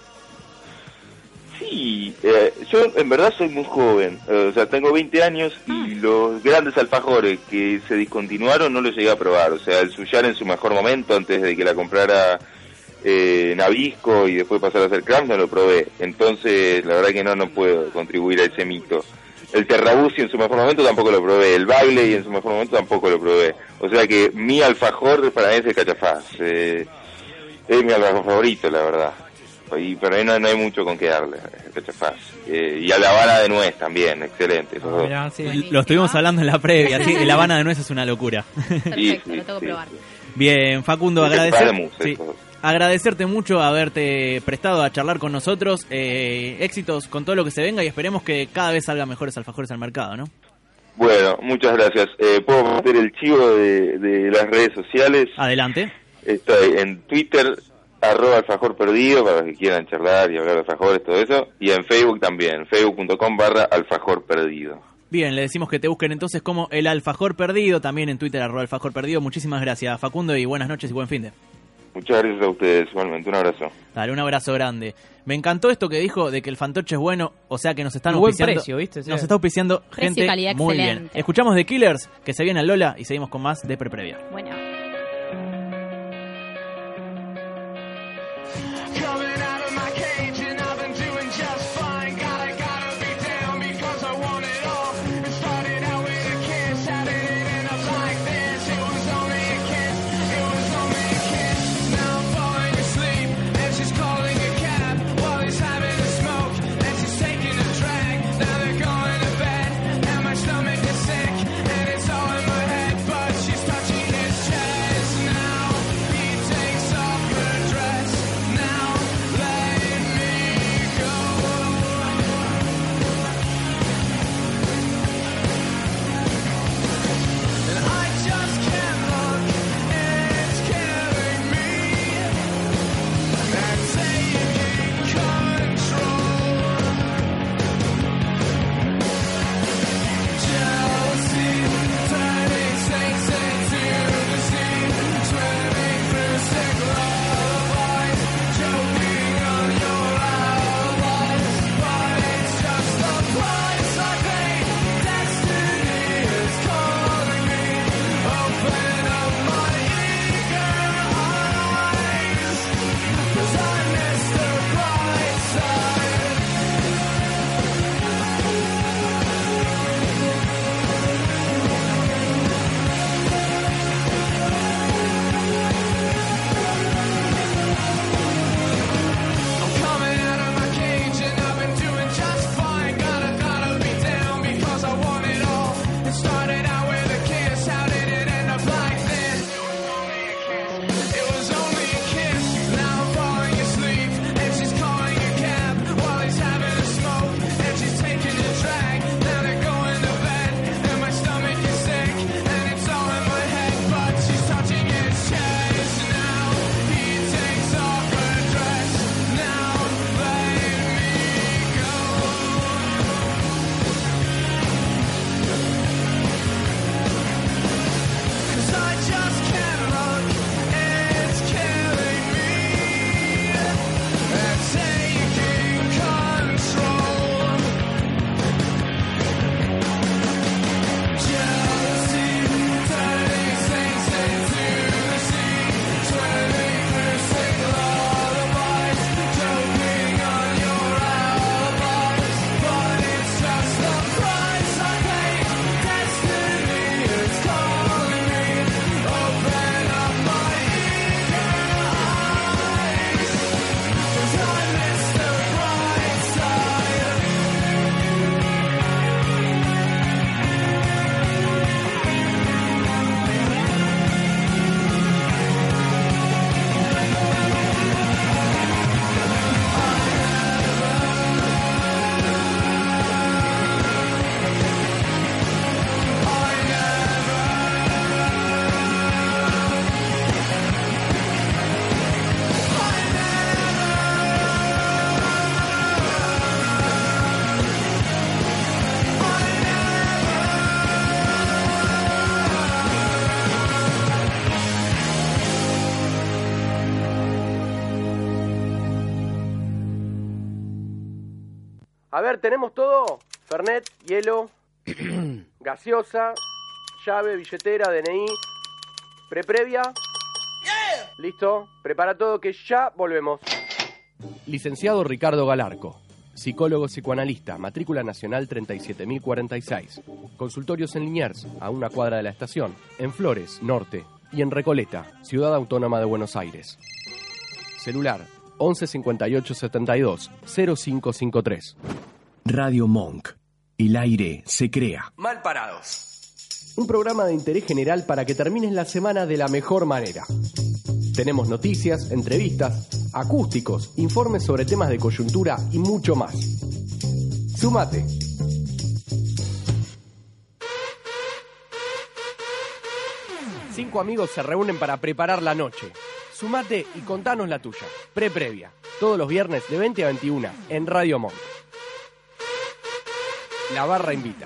Sí, yo en verdad soy muy joven, o sea, tengo 20 años y los grandes alfajores que se discontinuaron no los llegué a probar. O sea, el Suyar en su mejor momento, antes de que la comprara Nabisco y después pasar a hacer Cramps, no lo probé. Entonces, la verdad que no puedo contribuir a ese mito. El Terrabusi en su mejor momento tampoco lo probé. El Bagley en su mejor momento tampoco lo probé. O sea que mi alfajor para mí es el Cachafaz. Es mi alfajor favorito, la verdad. Y para mí no hay mucho con qué darle, el Cachafaz. Y a la Habana de nuez también, excelente. Esos dos. Mirá, sí. Lo estuvimos hablando en la previa, ¿sí? La Habana de nuez es una locura. Perfecto, lo tengo que probar. Bien, Facundo, agradecerte mucho haberte prestado a charlar con nosotros. Éxitos con todo lo que se venga y esperemos que cada vez salgan mejores alfajores al mercado, ¿no? Bueno, muchas gracias. ¿Puedo meter el chivo de las redes sociales? Adelante. Estoy en Twitter, @alfajor perdido, para los que quieran charlar y hablar de alfajores, todo eso. Y en Facebook también, facebook.com/alfajor perdido. Bien, le decimos que te busquen entonces como El Alfajor Perdido, también en Twitter, @alfajor perdido. Muchísimas gracias, Facundo, y buenas noches y buen fin de. Muchas gracias a ustedes, igualmente, un abrazo. Dale, un abrazo grande. Me encantó esto que dijo de que el Fantoche es bueno, o sea que nos están Buen auspiciando. precio, ¿viste? Sí. Nos está auspiciando Precio y gente calidad muy excelente. bien. Escuchamos de Killers, que se viene al Lola, y seguimos con más de Preprevia. Bueno. Now A ver, ¿tenemos todo? Fernet, hielo, gaseosa, llave, billetera, DNI, preprevia. ¿Listo? Prepara todo que ya volvemos. Licenciado Ricardo Galarco, psicólogo psicoanalista, matrícula nacional 37046. Consultorios en Liniers, a una cuadra de la estación, en Flores, Norte, y en Recoleta, Ciudad Autónoma de Buenos Aires. Celular 11 58 72 0553. Radio Monk. El aire se crea. Mal parados. Un programa de interés general para que termines la semana de la mejor manera. Tenemos noticias, entrevistas, acústicos, informes sobre temas de coyuntura y mucho más. Súmate. Cinco amigos se reúnen para preparar la noche. Súmate y contanos la tuya. Pre-previa. Todos los viernes de 20 a 21 en Radio Monk. La barra invita.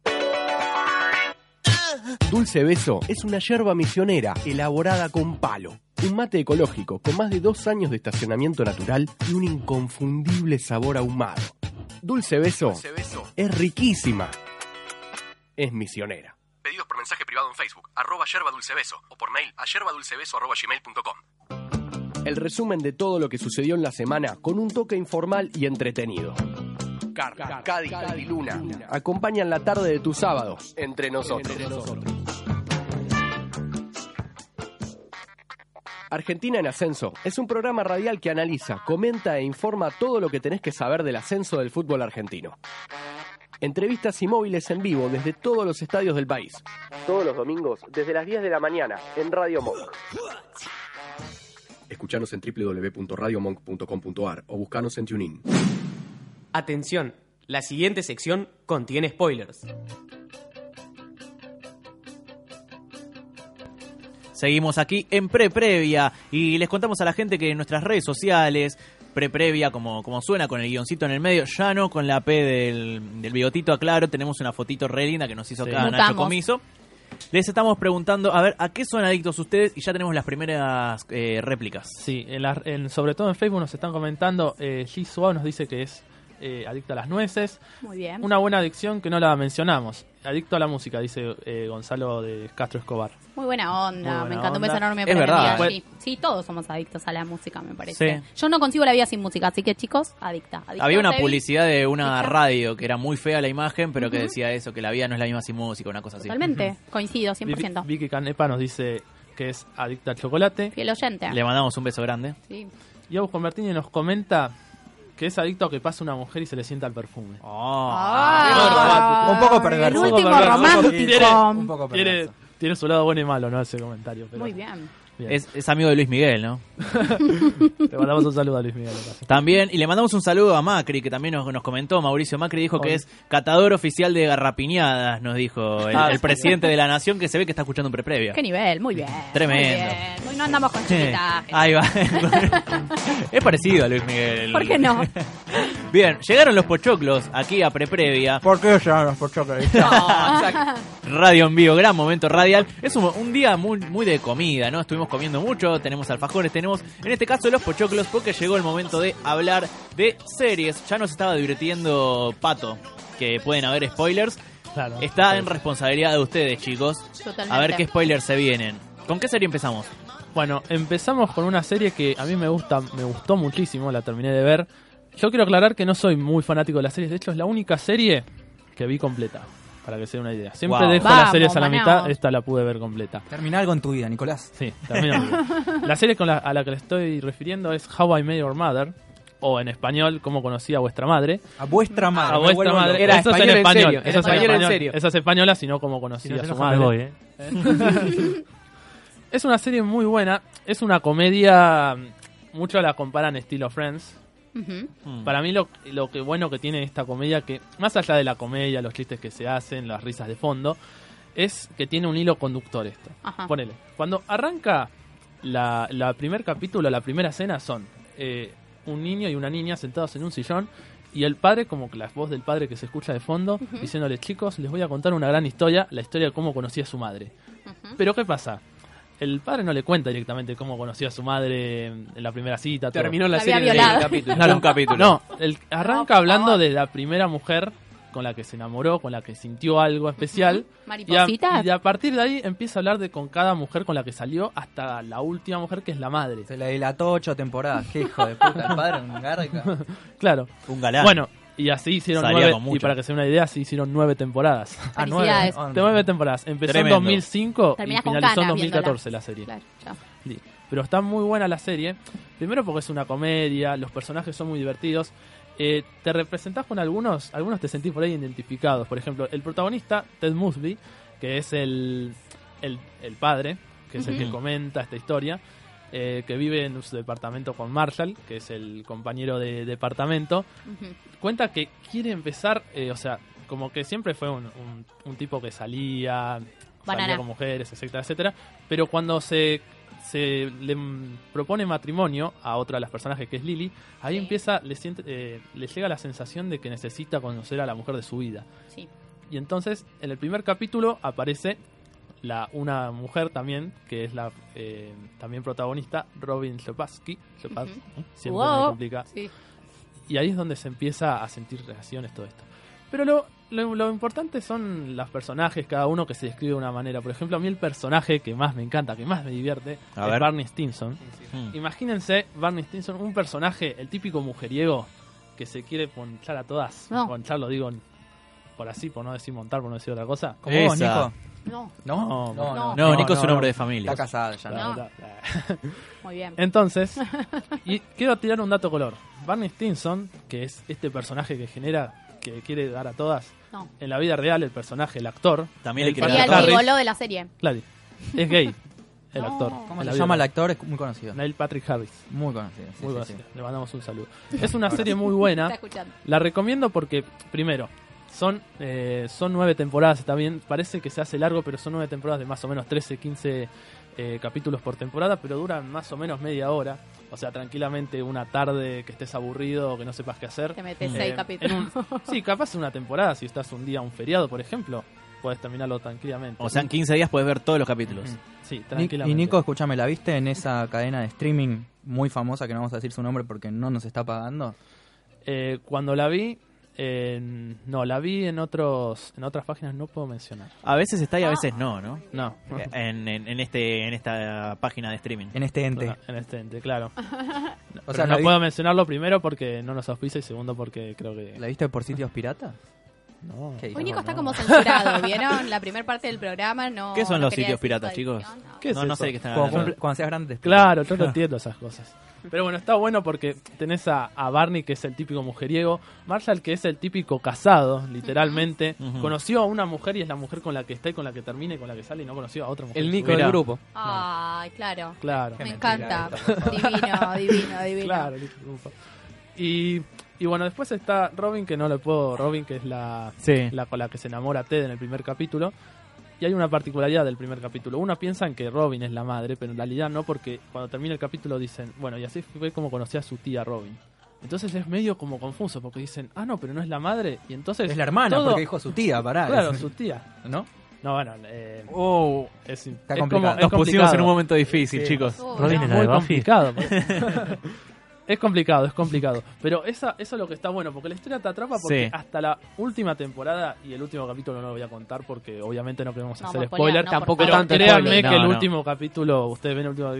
Dulce Beso es una yerba misionera elaborada con palo. Un mate ecológico con más de 2 años de estacionamiento natural y un inconfundible sabor ahumado. Dulce Beso es riquísima. Es misionera. Pedidos por mensaje privado en Facebook, @yerbadulcebeso, o por mail a yerbadulcebeso@gmail.com. El resumen de todo lo que sucedió en la semana con un toque informal y entretenido. Carla, Cádiz y Luna acompañan la tarde de tu sábado entre nosotros. Argentina en Ascenso es un programa radial que analiza, comenta e informa todo lo que tenés que saber del ascenso del fútbol argentino. Entrevistas y móviles en vivo desde todos los estadios del país. Todos los domingos desde las 10 de la mañana en Radio Monk. Escuchanos en www.radiomonk.com.ar o buscanos en TuneIn. Atención, la siguiente sección contiene spoilers. Seguimos aquí en Pre-Previa y les contamos a la gente que en nuestras redes sociales, Pre-Previa, como suena, con el guioncito en el medio, ya no con la P del bigotito, aclaro, tenemos una fotito re linda que nos hizo acá Nacho Comiso. Les estamos preguntando, a ver, ¿a qué son adictos ustedes? Y ya tenemos las primeras réplicas. Sí, sobre todo en Facebook nos están comentando, G. Suave nos dice que es adicto a las nueces. Muy bien. Una buena adicción que no la mencionamos. Adicto a la música, dice Gonzalo de Castro Escobar. Muy buena onda, me encantó, un beso enorme para mi amiga. Sí, todos somos adictos a la música, me parece. Sí. Yo no consigo la vida sin música, así que chicos, adicta. Había una publicidad de una radio que era muy fea la imagen, pero que decía eso, que la vida no es la misma sin música, una cosa así. Totalmente, coincido, 100%. Vicky Canepa nos dice que es adicta al chocolate. Fiel oyente. Le mandamos un beso grande. Sí. Y Agus Convertini nos comenta que es adicto a que pase una mujer y se le sienta el perfume. Un poco perverso. El último romántico. Un poco perverso. Tiene su lado bueno y malo, ¿no? Ese comentario. Pero muy bien. Es amigo de Luis Miguel, ¿no? Le mandamos un saludo a Luis Miguel. También, y le mandamos un saludo a Macri, que también nos comentó. Mauricio Macri dijo que es catador oficial de garrapiñadas, nos dijo el presidente de la Nación, que se ve que está escuchando un Pre-Previa. Qué nivel, muy bien. Tremendo. Muy bien. Hoy no andamos con chiquitaje. Ahí va. Es parecido a Luis Miguel. ¿Por qué no? Bien, llegaron los pochoclos aquí a Pre-Previa. ¿Por qué llegaron los pochoclos? Radio en vivo, gran momento radial. Es un día muy de comida, ¿no? Estuvimos comiendo mucho, tenemos alfajores, tenemos en este caso los pochoclos, porque llegó el momento de hablar de series. Ya nos estaba divirtiendo Pato, que pueden haber spoilers. Claro, está en responsabilidad de ustedes, chicos. Totalmente. A ver qué spoilers se vienen. ¿Con qué serie empezamos? Bueno, empezamos con una serie que a mí me gustó muchísimo, la terminé de ver. Yo quiero aclarar que no soy muy fanático de las series, de hecho es la única serie que vi completa, para que se den una idea. Siempre dejo las series a la mitad, esta la pude ver completa. Termina algo en tu vida, Nicolás. Sí, termina. La serie a la que le estoy refiriendo es How I Met Your Mother, o en español, Cómo conocí a vuestra madre. A vuestra madre. A vuestra madre. Era eso español es en español. serio. Eso es español en serio. Esa es española, sino Cómo conocí a su madre. Me voy, Es una serie muy buena. Es una comedia. Muchos la comparan estilo Friends. Para mí lo que bueno que tiene esta comedia, que más allá de la comedia, los chistes que se hacen, las risas de fondo, es que tiene un hilo conductor esto. Ajá. Ponele, cuando arranca la primer capítulo, la primera escena son un niño y una niña sentados en un sillón, y el padre, como que la voz del padre que se escucha de fondo, diciéndole: chicos, les voy a contar una gran historia, la historia de cómo conocí a su madre. Pero ¿qué pasa? el padre no le cuenta directamente cómo conoció a su madre en la primera cita. Terminó todo. la serie en un capítulo. Un capítulo. No, arranca hablando de la primera mujer con la que se enamoró, con la que sintió algo especial. ¿Mariposita? Y a partir de ahí empieza a hablar de con cada mujer con la que salió hasta la última mujer, que es la madre. Se la dilató 8 temporadas. Qué hijo de puta, el padre, un garca. Claro. Un galán. Bueno, y así hicieron Salía 9, con mucho. y para que se den una idea, así hicieron 9 temporadas. Felicidades. 9 temporadas. Empezó Tremendo. en 2005 Terminás y con finalizó en ganas 2014 viéndola. la serie. Claro, chao. Sí. Pero está muy buena la serie. Primero porque es una comedia, los personajes son muy divertidos. Te representás con algunos te sentís por ahí identificados. Por ejemplo, el protagonista, Ted Mosby, que es el padre, que es el que comenta esta historia, que vive en su departamento con Marshall, que es el compañero de departamento. Cuenta que quiere empezar, o sea, como que siempre fue un tipo que salía con mujeres, etcétera, etcétera, pero cuando se le propone matrimonio a otra de las personajes, que es Lily, ahí empieza, le llega la sensación de que necesita conocer a la mujer de su vida. Sí. Y entonces, en el primer capítulo aparece una mujer también, que es la también protagonista, Robin Lepowski. Siempre me complica. Sí. Y ahí es donde se empieza a sentir reacciones, todo esto. Pero lo importante son los personajes, cada uno que se describe de una manera. Por ejemplo, a mí el personaje que más me encanta, que más me divierte, es Barney Stinson. Imagínense Barney Stinson, un personaje, el típico mujeriego, que se quiere ponchar a todas. Ponchar, lo digo por no decir montar, por no decir otra cosa. ¿Cómo vos, Nico? No, Nico es un hombre de familia. Está casada ya. No. Muy bien. Entonces, y quiero tirar un dato color. Barney Stinson, que es este personaje que quiere dar a todas. No. En la vida real, el personaje, el actor, también le quiere dar a todas. Y el gigoló de la serie. Claro, es gay. El actor. ¿Cómo se llama el actor? Es muy conocido. Neil Patrick Harris. Muy conocido. Muy conocido. Le mandamos un saludo. Es una serie muy buena. Está escuchando. La recomiendo porque, primero, son 9 temporadas. Está bien, parece que se hace largo, pero son 9 temporadas de más o menos 13, 15 capítulos por temporada, pero duran más o menos media hora. O sea, tranquilamente una tarde que estés aburrido o que no sepas qué hacer. Te metes 6 capítulos. Sí, capaz una temporada, si estás un día, un feriado, por ejemplo, puedes terminarlo tranquilamente. O sea, en 15 días puedes ver todos los capítulos. Sí, tranquilamente. Y Nico, escúchame, ¿la viste en esa cadena de streaming muy famosa que no vamos a decir su nombre porque no nos está pagando? Cuando la vi, no, la vi en otras páginas, no puedo mencionar. A veces está y a veces no. No. En esta página de streaming. En este ente. En este ente, claro. O sea, no puedo mencionarlo primero porque no nos auspicia y segundo porque creo que... ¿La viste por sitios piratas? No. Hoy Nico está como censurado, ¿vieron? La primera parte del programa no... ¿Qué son no los quería sitios decir piratas, su chicos? adicción, no. ¿Qué es no eso? sé de qué están hablando. Cuando seas grande. Claro, yo no entiendo esas cosas. Pero bueno, está bueno porque tenés a Barney, que es el típico mujeriego, Marshall, que es el típico casado, literalmente. Conoció a una mujer y es la mujer con la que está y con la que termina y con la que sale y no conoció a otra mujer. El Nico del grupo. Ay, claro. Me encanta. Divino. Claro, el grupo. Y bueno, después está Robin, que no le puedo... Robin, que es la con la que se enamora Ted en el primer capítulo. Y hay una particularidad del primer capítulo. Uno piensa que Robin es la madre, pero en realidad no, porque cuando termina el capítulo dicen, bueno, y así fue como conocí a su tía Robin. Entonces es medio como confuso, porque dicen, no, pero no es la madre, y entonces... Es la hermana, porque dijo su tía, pará. Claro, su tía. ¿No? No, bueno, está complicado. Nos pusimos en un momento difícil, chicos. Robin es muy la de Buffy. complicado. Es complicado. Pero eso es lo que está bueno, porque la historia te atrapa porque hasta la última temporada y el último capítulo no lo voy a contar porque obviamente no queremos hacer spoiler. Tampoco pero tanto créanme spoiler. que el No. último capítulo, ustedes ven el último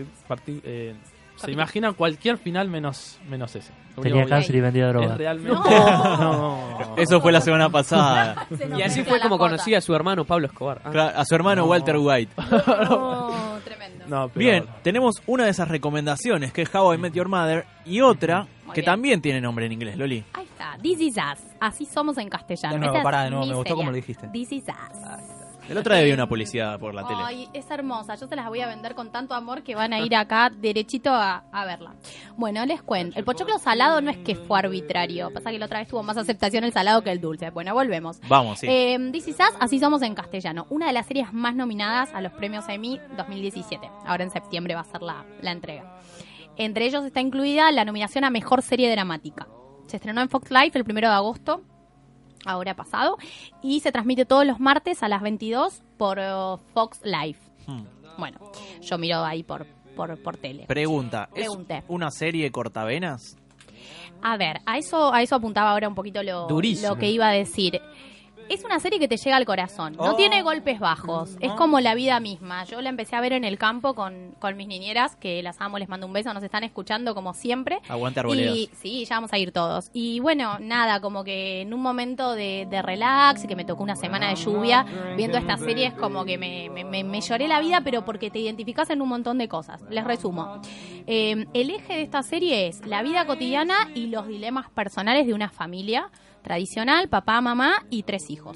se imaginan cualquier final menos ese. Lo Tenía único que cáncer y vendía es droga. realmente... No. Eso fue la semana pasada. Y así fue como conocí a su hermano Pablo Escobar. A su hermano Walter White. Tremendo. No, pero... Bien, tenemos una de esas recomendaciones que es How I Met Your Mother y otra que bien. también tiene nombre en inglés, Loli. Ahí está. This is Us. Así somos en castellano. De nuevo, Esta es pará, de nuevo, mi me gustó serie. como lo dijiste. This is Us. El otro día vi una publicidad por la tele. Ay, es hermosa. Yo se las voy a vender con tanto amor que van a ir acá derechito a verla. Bueno, les cuento. El pochoclo salado no es que fue arbitrario. Pasa que la otra vez tuvo más aceptación el salado que el dulce. Bueno, volvemos. Vamos, sí. This is Us, Así somos en castellano. Una de las series más nominadas a los premios Emmy 2017. Ahora en septiembre va a ser la entrega. Entre ellos está incluida la nominación a Mejor Serie Dramática. Se estrenó en Fox Life el 1 de agosto. Ahora pasado, y se transmite todos los martes a las 22 por Fox Live. Bueno, yo miro ahí por tele. Pregunta, ¿es Pregunté. una serie cortavenas? A ver, a eso apuntaba ahora un poquito lo que iba a decir. Es una serie que te llega al corazón. No tiene golpes bajos. Es como la vida misma. Yo la empecé a ver en el campo con mis niñeras, que las amo, les mando un beso, nos están escuchando como siempre. Aguante Arboledas. Y sí, ya vamos a ir todos. Y bueno, nada, como que en un momento de relax, que me tocó una semana de lluvia, viendo esta serie es como que me lloré la vida, pero porque te identificás en un montón de cosas. Les resumo. El eje de esta serie es la vida cotidiana y los dilemas personales de una familia tradicional, papá, mamá y 3 hijos.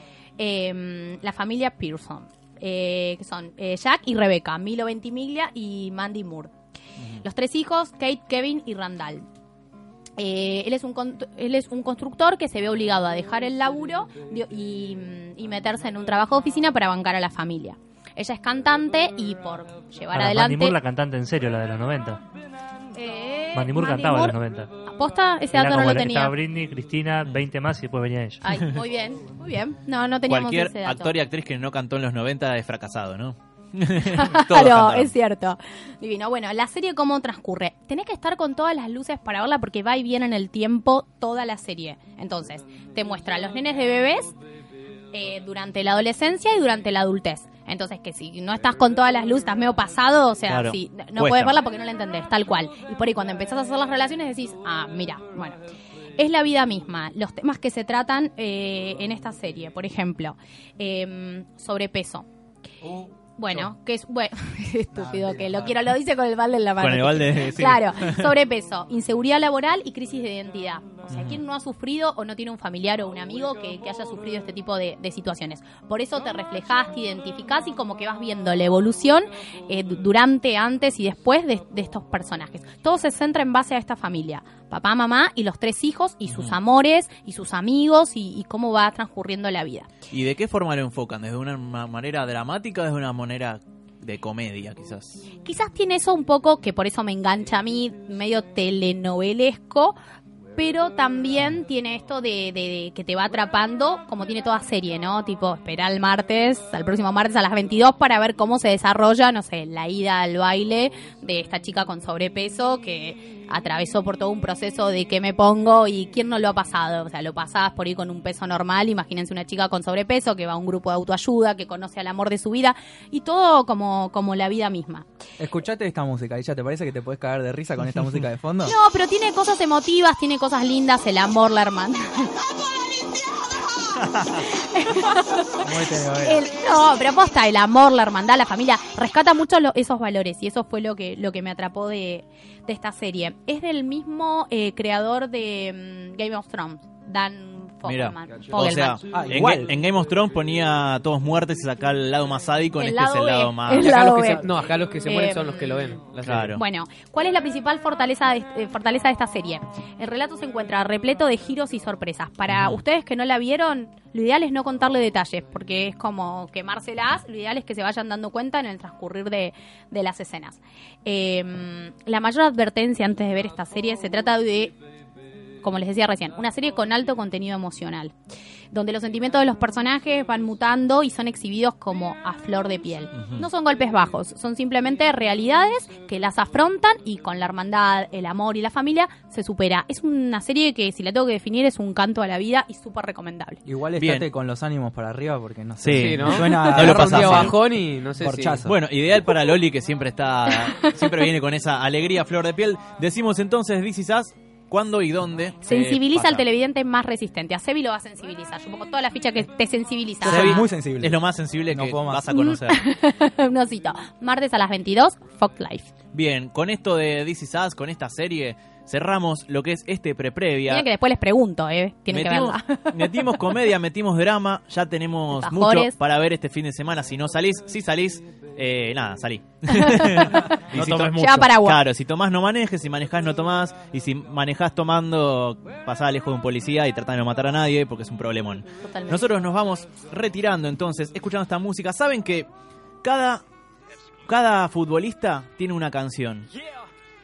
La familia Pearson, que son Jack y Rebecca, Milo Ventimiglia y Mandy Moore. Los 3 hijos, Kate, Kevin y Randall. Él es un constructor que se ve obligado a dejar el laburo y meterse en un trabajo de oficina para bancar a la familia. Ella es cantante y por llevar adelante... Mandy Moore, la cantante en serio, la de los 90. Mandy Moore cantaba en los 90. ¿Posta? Ese dato no lo tenía. Estaba Britney, Cristina, 20 más y después venía ella. Ay, muy bien, muy bien. No teníamos Cualquier ese dato. actor y actriz que no cantó en los 90 es fracasado, ¿no? Claro, es cierto. Divino. Bueno, la serie ¿cómo transcurre? Tenés que estar con todas las luces para verla porque va y viene en el tiempo toda la serie. Entonces, te muestra a los nenes de bebés durante la adolescencia y durante la adultez. Entonces, que si no estás con todas las luces, estás medio pasado, o sea, claro, si no puedes verla porque no la entendés, tal cual. Y por ahí cuando empezás a hacer las relaciones decís, mira, bueno, es la vida misma. Los temas que se tratan en esta serie, por ejemplo, sobrepeso. Bueno, que es estúpido que lo dice con el balde en la mano. Con el balde, sí. Claro, sobrepeso, inseguridad laboral y crisis de identidad. O sea, ¿quién no ha sufrido o no tiene un familiar o un amigo que haya sufrido este tipo de situaciones? Por eso te reflejás, te identificás y como que vas viendo la evolución durante, antes y después de estos personajes. Todo se centra en base a esta familia. Papá, mamá y los 3 hijos y sus amores y sus amigos y cómo va transcurriendo la vida. ¿Y de qué forma lo enfocan? ¿Desde una manera dramática o desde una manera de comedia, quizás? Quizás tiene eso un poco, que por eso me engancha a mí, medio telenovelesco, pero también tiene esto de que te va atrapando, como tiene toda serie, ¿no? Tipo, esperar al próximo martes a las 22 para ver cómo se desarrolla, no sé, la ida al baile de esta chica con sobrepeso que atravesó por todo un proceso de qué me pongo y quién no lo ha pasado. O sea, lo pasás por ahí con un peso normal, imagínense una chica con sobrepeso que va a un grupo de autoayuda, que conoce al amor de su vida y todo como la vida misma. Escuchate esta música, ¿y ya te parece que te puedes cagar de risa con esta música de fondo? No, pero tiene cosas emotivas, tiene cosas lindas, el amor, la hermana. No, pero posta, el amor, la hermandad, la familia, rescata mucho esos valores y eso fue lo que me atrapó de esta serie. Es del mismo creador de Game of Thrones, Dan Fogelman. O sea, en Game of Thrones ponía todos muertes y saca el lado más sádico, en este es el lado más... Acá los que se mueren son los que lo ven. Claro. Bueno, ¿cuál es la principal fortaleza de esta serie? El relato se encuentra repleto de giros y sorpresas. Para ustedes que no la vieron, lo ideal es no contarle detalles, porque es como quemárselas. Lo ideal es que se vayan dando cuenta en el transcurrir de las escenas. La mayor advertencia antes de ver esta serie se trata de, como les decía recién, una serie con alto contenido emocional, donde los sentimientos de los personajes van mutando y son exhibidos como a flor de piel. No son golpes bajos, son simplemente realidades que las afrontan y con la hermandad, el amor y la familia se supera. Es una serie que, si la tengo que definir, es un canto a la vida y súper recomendable. Igual estate con los ánimos para arriba porque no sé. Sí, ¿no? Suena no lo pasás bajón y no sé porchazo. si... Bueno, ideal para Loli, que siempre viene con esa alegría a flor de piel. Decimos entonces, This Is Us, ¿cuándo y dónde? Sensibiliza al televidente más resistente. A Sebi lo va a sensibilizar. Yo pongo toda la ficha que te sensibiliza. Sebi es muy sensible. Es lo más sensible que vas a conocer. Un osito. Martes a las 22, Fox Life. Bien, con esto de This Is Us, con esta serie, cerramos lo que es este pre-previa. Mira que después les pregunto, tienen que verla. Metimos comedia, metimos drama, ya tenemos mucho para ver este fin de semana. Si no salís, si salís, nada, salí. Y no si tomes mucho. Lleva paraguas. Claro, si tomás no manejes, si manejás no tomás, y si manejás tomando, pasá lejos de un policía y tratá de no matar a nadie porque es un problemón. Totalmente. Nosotros nos vamos retirando entonces, escuchando esta música. Saben que cada futbolista tiene una canción.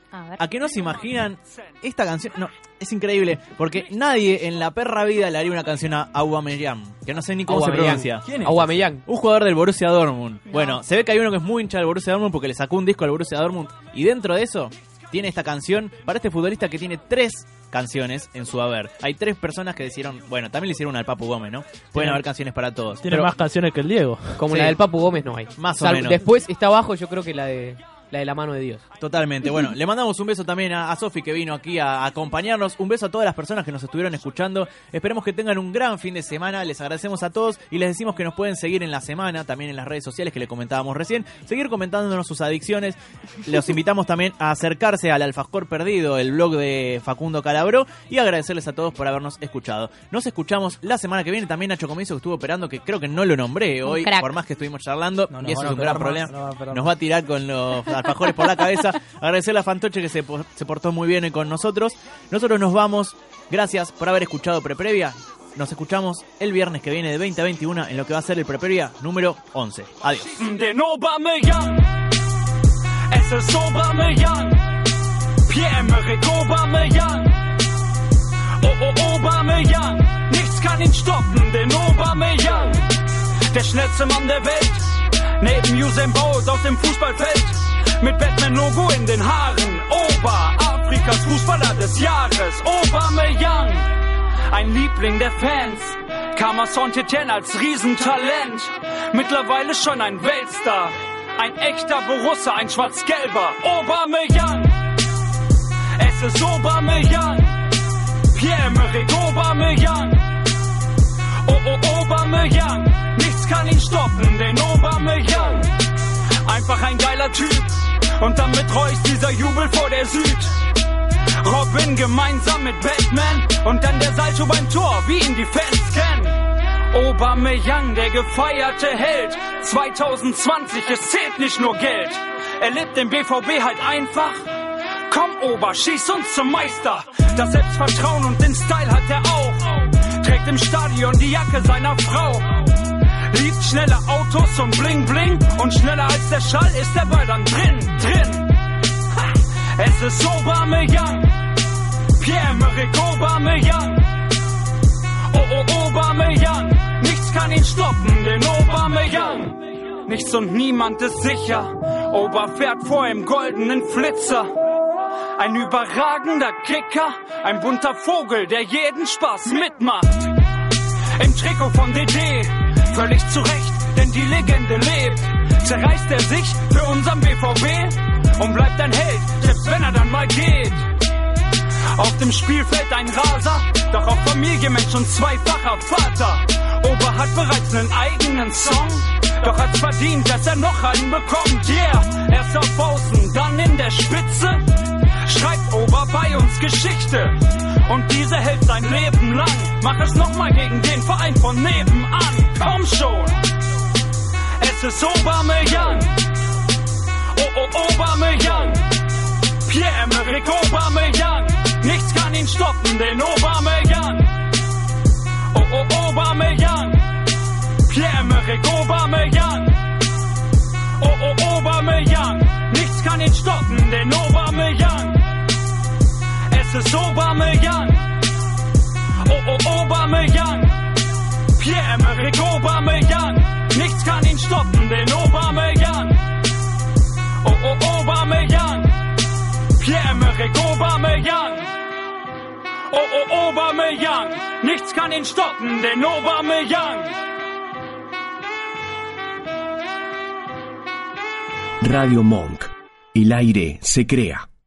¿A qué no se imaginan esta canción? No, es increíble, porque nadie en la perra vida le haría una canción a Aubameyang, que no sé ni cómo se pronuncia. ¿Quién es? Aubameyang. Un jugador del Borussia Dortmund. No. Bueno, se ve que hay uno que es muy hincha del Borussia Dortmund porque le sacó un disco al Borussia Dortmund, y dentro de eso tiene esta canción para este futbolista que tiene 3 canciones en su haber. Hay 3 personas que decidieron, bueno, también le hicieron una al Papu Gómez, ¿no? Pueden haber canciones para todos. Tiene más canciones que el Diego. Como la del Papu Gómez no hay. Más o menos. Después está abajo, yo creo que la de la mano de Dios. Totalmente. Bueno, le mandamos un beso también a Sofi, que vino aquí a acompañarnos. Un beso a todas las personas que nos estuvieron escuchando. Esperemos que tengan un gran fin de semana. Les agradecemos a todos y les decimos que nos pueden seguir en la semana, también en las redes sociales que le comentábamos recién. Seguir comentándonos sus adicciones. Los invitamos también a acercarse al Alfajor Perdido, el blog de Facundo Calabró, y agradecerles a todos por habernos escuchado. Nos escuchamos la semana que viene. También Nacho Comiso, que estuvo operando, que creo que no lo nombré hoy, por más que estuvimos charlando, y eso es un gran problema. Nos va a tirar con los alfajores por la cabeza. Agradecerle a Fantoche, que se portó muy bien con nosotros. Nosotros nos vamos. Gracias por haber escuchado Preprevia. Nos escuchamos el viernes que viene de 20 a 21 en lo que va a ser el Preprevia número 11. Adiós. Den Aubameyang, es ist Aubameyang, Pierre-Emerick Aubameyang, Aubameyang, nichts kann ihn stoppen, den Aubameyang, der schnellste Mann der Welt, neben Usain Bolt auf dem Fußballfeld, mit Batman-Logo in den Haaren, Afrikas Fußballer des Jahres, Aubameyang, ein Liebling der Fans, kam aus Saint-Étienne als Riesentalent, mittlerweile schon ein Weltstar, ein echter Borussia, ein schwarz-gelber, Aubameyang, es ist Aubameyang, Pierre-Emerick Aubameyang, Aubameyang, nichts kann ihn stoppen, den Aubameyang, einfach ein geiler Typ, und damit räucht dieser Jubel vor der Süd. Robin gemeinsam mit Batman und dann der Salto beim Tor, wie ihn die Fans kennen. Aubameyang, der gefeierte Held, 2020, es zählt nicht nur Geld. Er lebt den BVB halt einfach. Komm Ober, schieß uns zum Meister. Das Selbstvertrauen und den Style hat er auch. Trägt im Stadion die Jacke seiner Frau. Liebt schnelle Autos und Bling Bling. Und schneller als der Schall ist der Ball dann drin. Ha! Es ist Aubameyang, Pierre-Emerick Aubameyang, Aubameyang, nichts kann ihn stoppen, den Aubameyang. Nichts und niemand ist sicher, Ober fährt vor im goldenen Flitzer. Ein überragender Kicker, ein bunter Vogel, der jeden Spaß mitmacht. Im Trikot von DD, völlig zu Recht, denn die Legende lebt. Zerreißt er sich für unseren BVB und bleibt ein Held, selbst wenn er dann mal geht. Auf dem Spielfeld ein Raser, doch auch Familienmensch und zweifacher Vater. Ober hat bereits einen eigenen Song, doch hat's verdient, dass er noch einen bekommt. Yeah, erst auf Außen, dann in der Spitze, schreibt Ober bei uns Geschichte. Und diese hält sein Leben lang. Mach es nochmal gegen den Verein von nebenan. Komm schon, es ist Aubameyang, Aubameyang, Pierre-Emerick Aubameyang, nichts kann ihn stoppen, den Aubameyang, Aubameyang, Pierre-Emerick Aubameyang, Aubameyang, nichts kann ihn stoppen, den Aubameyang, es ist Aubameyang, Aubameyang, Pierre-Emerick Aubameyang, nichts kann ihn stoppen, den Aubameyang, Aubameyang, Pierre-Emerick Aubameyang, Aubameyang, nichts kann ihn stoppen, den Aubameyang. Radio Monk. El aire se crea.